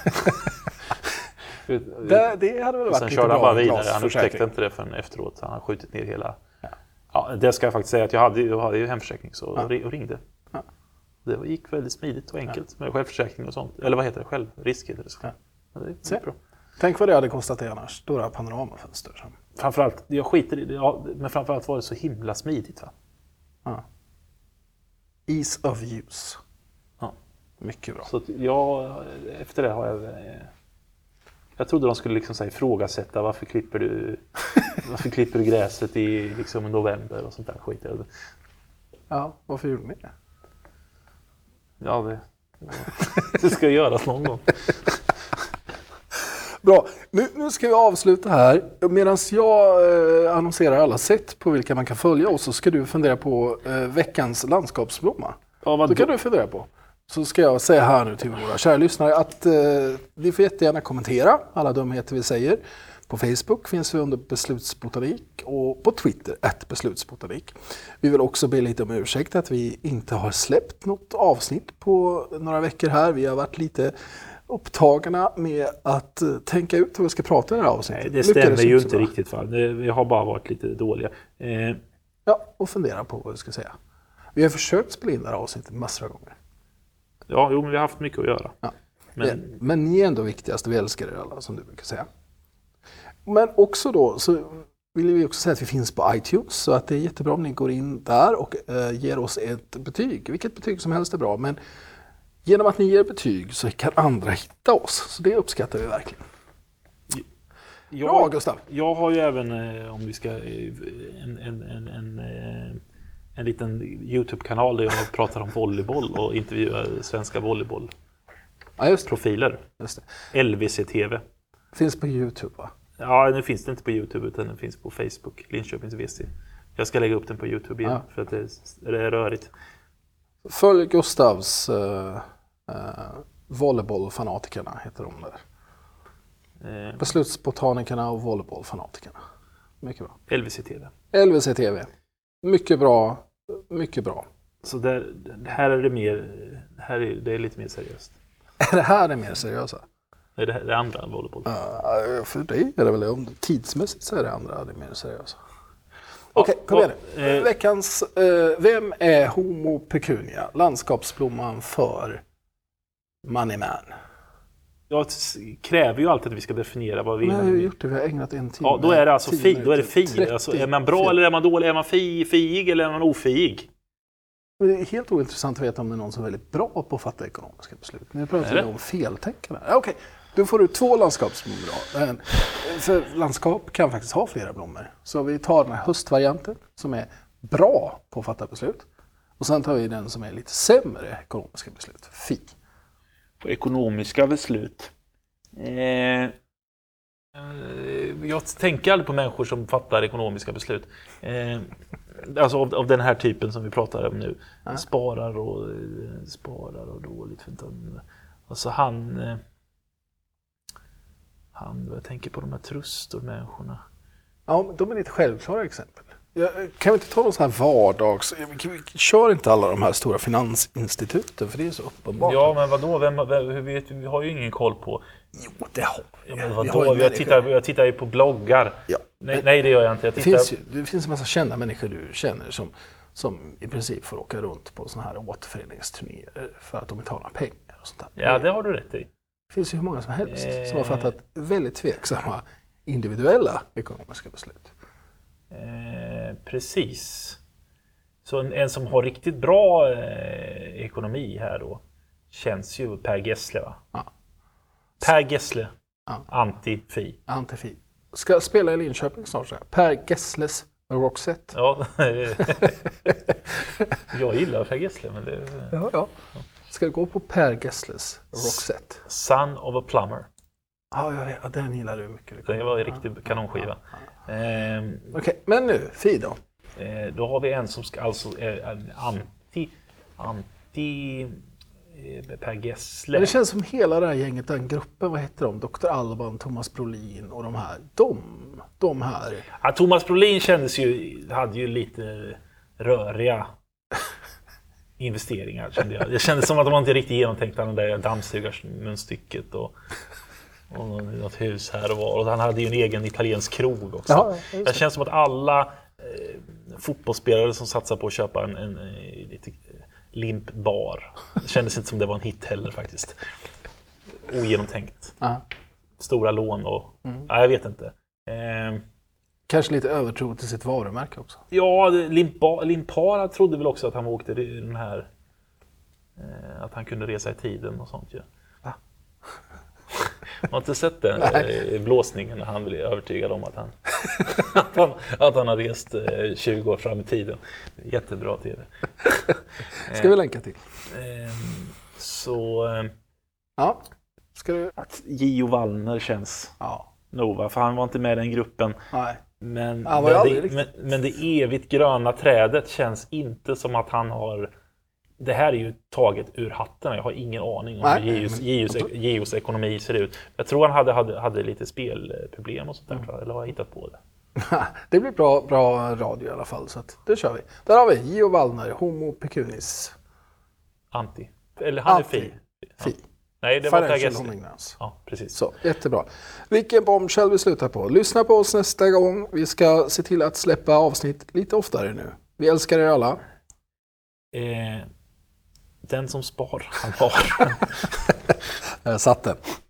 det hade väl varit sen lite körde han bra bara vidare. Han upptäckte inte det förrän efteråt. Han har skjutit ner hela... Ja, det ska jag faktiskt säga att jag hade ju hemförsäkring och ringde. Ja. Det gick väldigt smidigt och enkelt med självförsäkring och sånt. Eller vad heter det? Självrisk heter det så. Ja, det är bra. Tänk vad det hade kostat det annars. Stora panoramafönster. Framförallt, jag skiter i det. Men framförallt var det så himla smidigt, va? Ja. Ease of use. Ja. Mycket bra. Så efter det har jag trodde de skulle liksom ifrågasätta varför klipper du gräset i liksom november och sånt där skit. Ja, varför gjorde ni det? Ja, det ska göras någon gång. Bra, nu ska vi avsluta här. Medan jag annonserar alla sätt på vilka man kan följa oss så ska du fundera på veckans landskapsblomma. Ja, det kan du fundera på. Så ska jag säga här nu till våra kära lyssnare att ni får jättegärna kommentera alla dumheter vi säger. På Facebook finns vi under Beslutsbotanik och på Twitter @beslutsbotanik. Vi vill också be lite om ursäkt att vi inte har släppt något avsnitt på några veckor här. Vi har varit lite upptagna med att tänka ut hur vi ska prata i det här avsnittet. Nej, det stämmer ju inte riktigt. Vi har bara varit lite dåliga. Ja, och fundera på vad vi ska säga. Vi har försökt spela in det här avsnittet massor av gånger. Ja, men vi har haft mycket att göra. Ja. Men ni är ändå viktigast, vi älskar er alla som du brukar säga. Men också då så vill vi också säga att vi finns på iTunes så att det är jättebra om ni går in där och ger oss ett betyg. Vilket betyg som helst är bra, men genom att ni ger betyg så kan andra hitta oss. Så det uppskattar vi verkligen. Bra, Gustav. Jag har ju även, om vi ska, en liten YouTube-kanal där jag pratar om volleyboll och intervjuar svenska volleybollprofiler. Just det. LVC-TV. Finns på YouTube, va? Ja, nu finns det inte på YouTube utan den finns på Facebook, Linköpings VC. Jag ska lägga upp den på YouTube igen för att det är rörigt. Följ Gustavs volleybollfanatikerna heter de där. Beslutsbotanikerna och volleybollfanatikerna. Mycket bra. LVC-TV. LVC-TV. Mycket bra. Mycket bra. Så här är det mer, det är lite mer seriöst. Är det här det mer seriösa? Nej, det är det andra volleyboll. För dig är det väl om tidsmässigt så är det andra det mer seriösa. Okej, kom igen nu. Veckans, vem är Homo pecunia? Landskapsblomman för money man. Jag kräver ju alltid att vi ska definiera vad vi... Men jag har gjort det, vi har ägnat en timme. Ja, då är det alltså då är det fi. Alltså, är man bra eller är man dålig? Är man fiig eller är man ofiig? Det är helt ointressant att veta om det är någon som är väldigt bra på att fatta ekonomiska beslut. Nu pratar vi om feltänkande. Okej, då får du 2 landskapsblommor. För landskap kan faktiskt ha flera blommor. Så vi tar den här höstvarianten som är bra på att fatta beslut. Och sen tar vi den som är lite sämre ekonomiska beslut. Fi. På ekonomiska beslut? Jag tänker aldrig på människor som fattar ekonomiska beslut. Alltså av den här typen som vi pratar om nu. Sparar och dåligt. Alltså jag tänker på de här trustor-människorna. Ja, de är lite självklara exempel. Kan vi inte ta någon sån här vardags... Vi kör inte alla de här stora finansinstituten för det är så uppenbart. Ja, men vadå? Hur vet vi? Vi har ju ingen koll på... Jo, det har vi. Ja, men vadå? Jag tittar ju på bloggar. Ja. Nej, det gör jag inte. Det finns en massa kända människor du känner som i princip får åka runt på såna här återföreningsturnéer för att de betalar pengar och sånt där. Ja, det har du rätt i. Det finns ju hur många som helst som har fattat väldigt tveksamma individuella ekonomiska beslut. Precis. Så en som har riktigt bra ekonomi här då känns ju Per Gessle, va? Ja. Per Gessle. Ja. Anti-fi. Anti-fi. Ska spela i Linköping snart så här. Per Gessles Roxette. Ja. Jag gillar Per Gessle, men det... Ja. Ska gå på Per Gessles Roxette. Son of a Plumber. Ja, den gillar du mycket. Det var en riktig kanonskiva. Okej, men nu, Fi då? Då har vi en som ska, alltså är Antti, Per Gessle. Men det känns som hela det här gänget, den gruppen, vad heter de? Dr. Alban, Thomas Brolin och de här. De här. Ja, Thomas Brolin hade ju lite röriga investeringar, kände jag. Det kändes som att de var inte riktigt genomtänkta, den där dammsugarmunstycket och något hus här och var. Och han hade ju en egen italiensk krog också. Ja, det känns som att alla fotbollsspelare som satsar på att köpa en lite limp bar. Det kändes inte som det var en hit heller faktiskt. Ogenomtänkt. Stora lån och... Ja, jag vet inte. Kanske lite övertro till sitt varumärke också. Ja, Limpara trodde väl också att han åkte den här... att han kunde resa i tiden och sånt ju. Va? Jag har inte sett den blåsningen när han blev övertygad om att han har rest 20 år fram i tiden. Jättebra TV. Ska vi länka till. Ja. Ska du... Att Gio Wallner känns Nova, för han var inte med i den gruppen. Nej. Men det evigt gröna trädet känns inte som att han har... Det här är ju taget ur hatten. Jag har ingen aning om hur Gios ekonomi ser ut. Jag tror han hade lite spelproblem och sånt där, eller har jag hittat på det? Det blir bra radio i alla fall, så att det kör vi. Där har vi Gio Wallner, Homo Pecunis. Anti. Eller han är Fi. Fi. Nej, det var Per Gessle. Ja, precis. Så, jättebra. Vilken bombshell vi slutar på. Lyssna på oss nästa gång. Vi ska se till att släppa avsnitt lite oftare nu. Vi älskar er alla. Den som spar, han har. Jag satt den.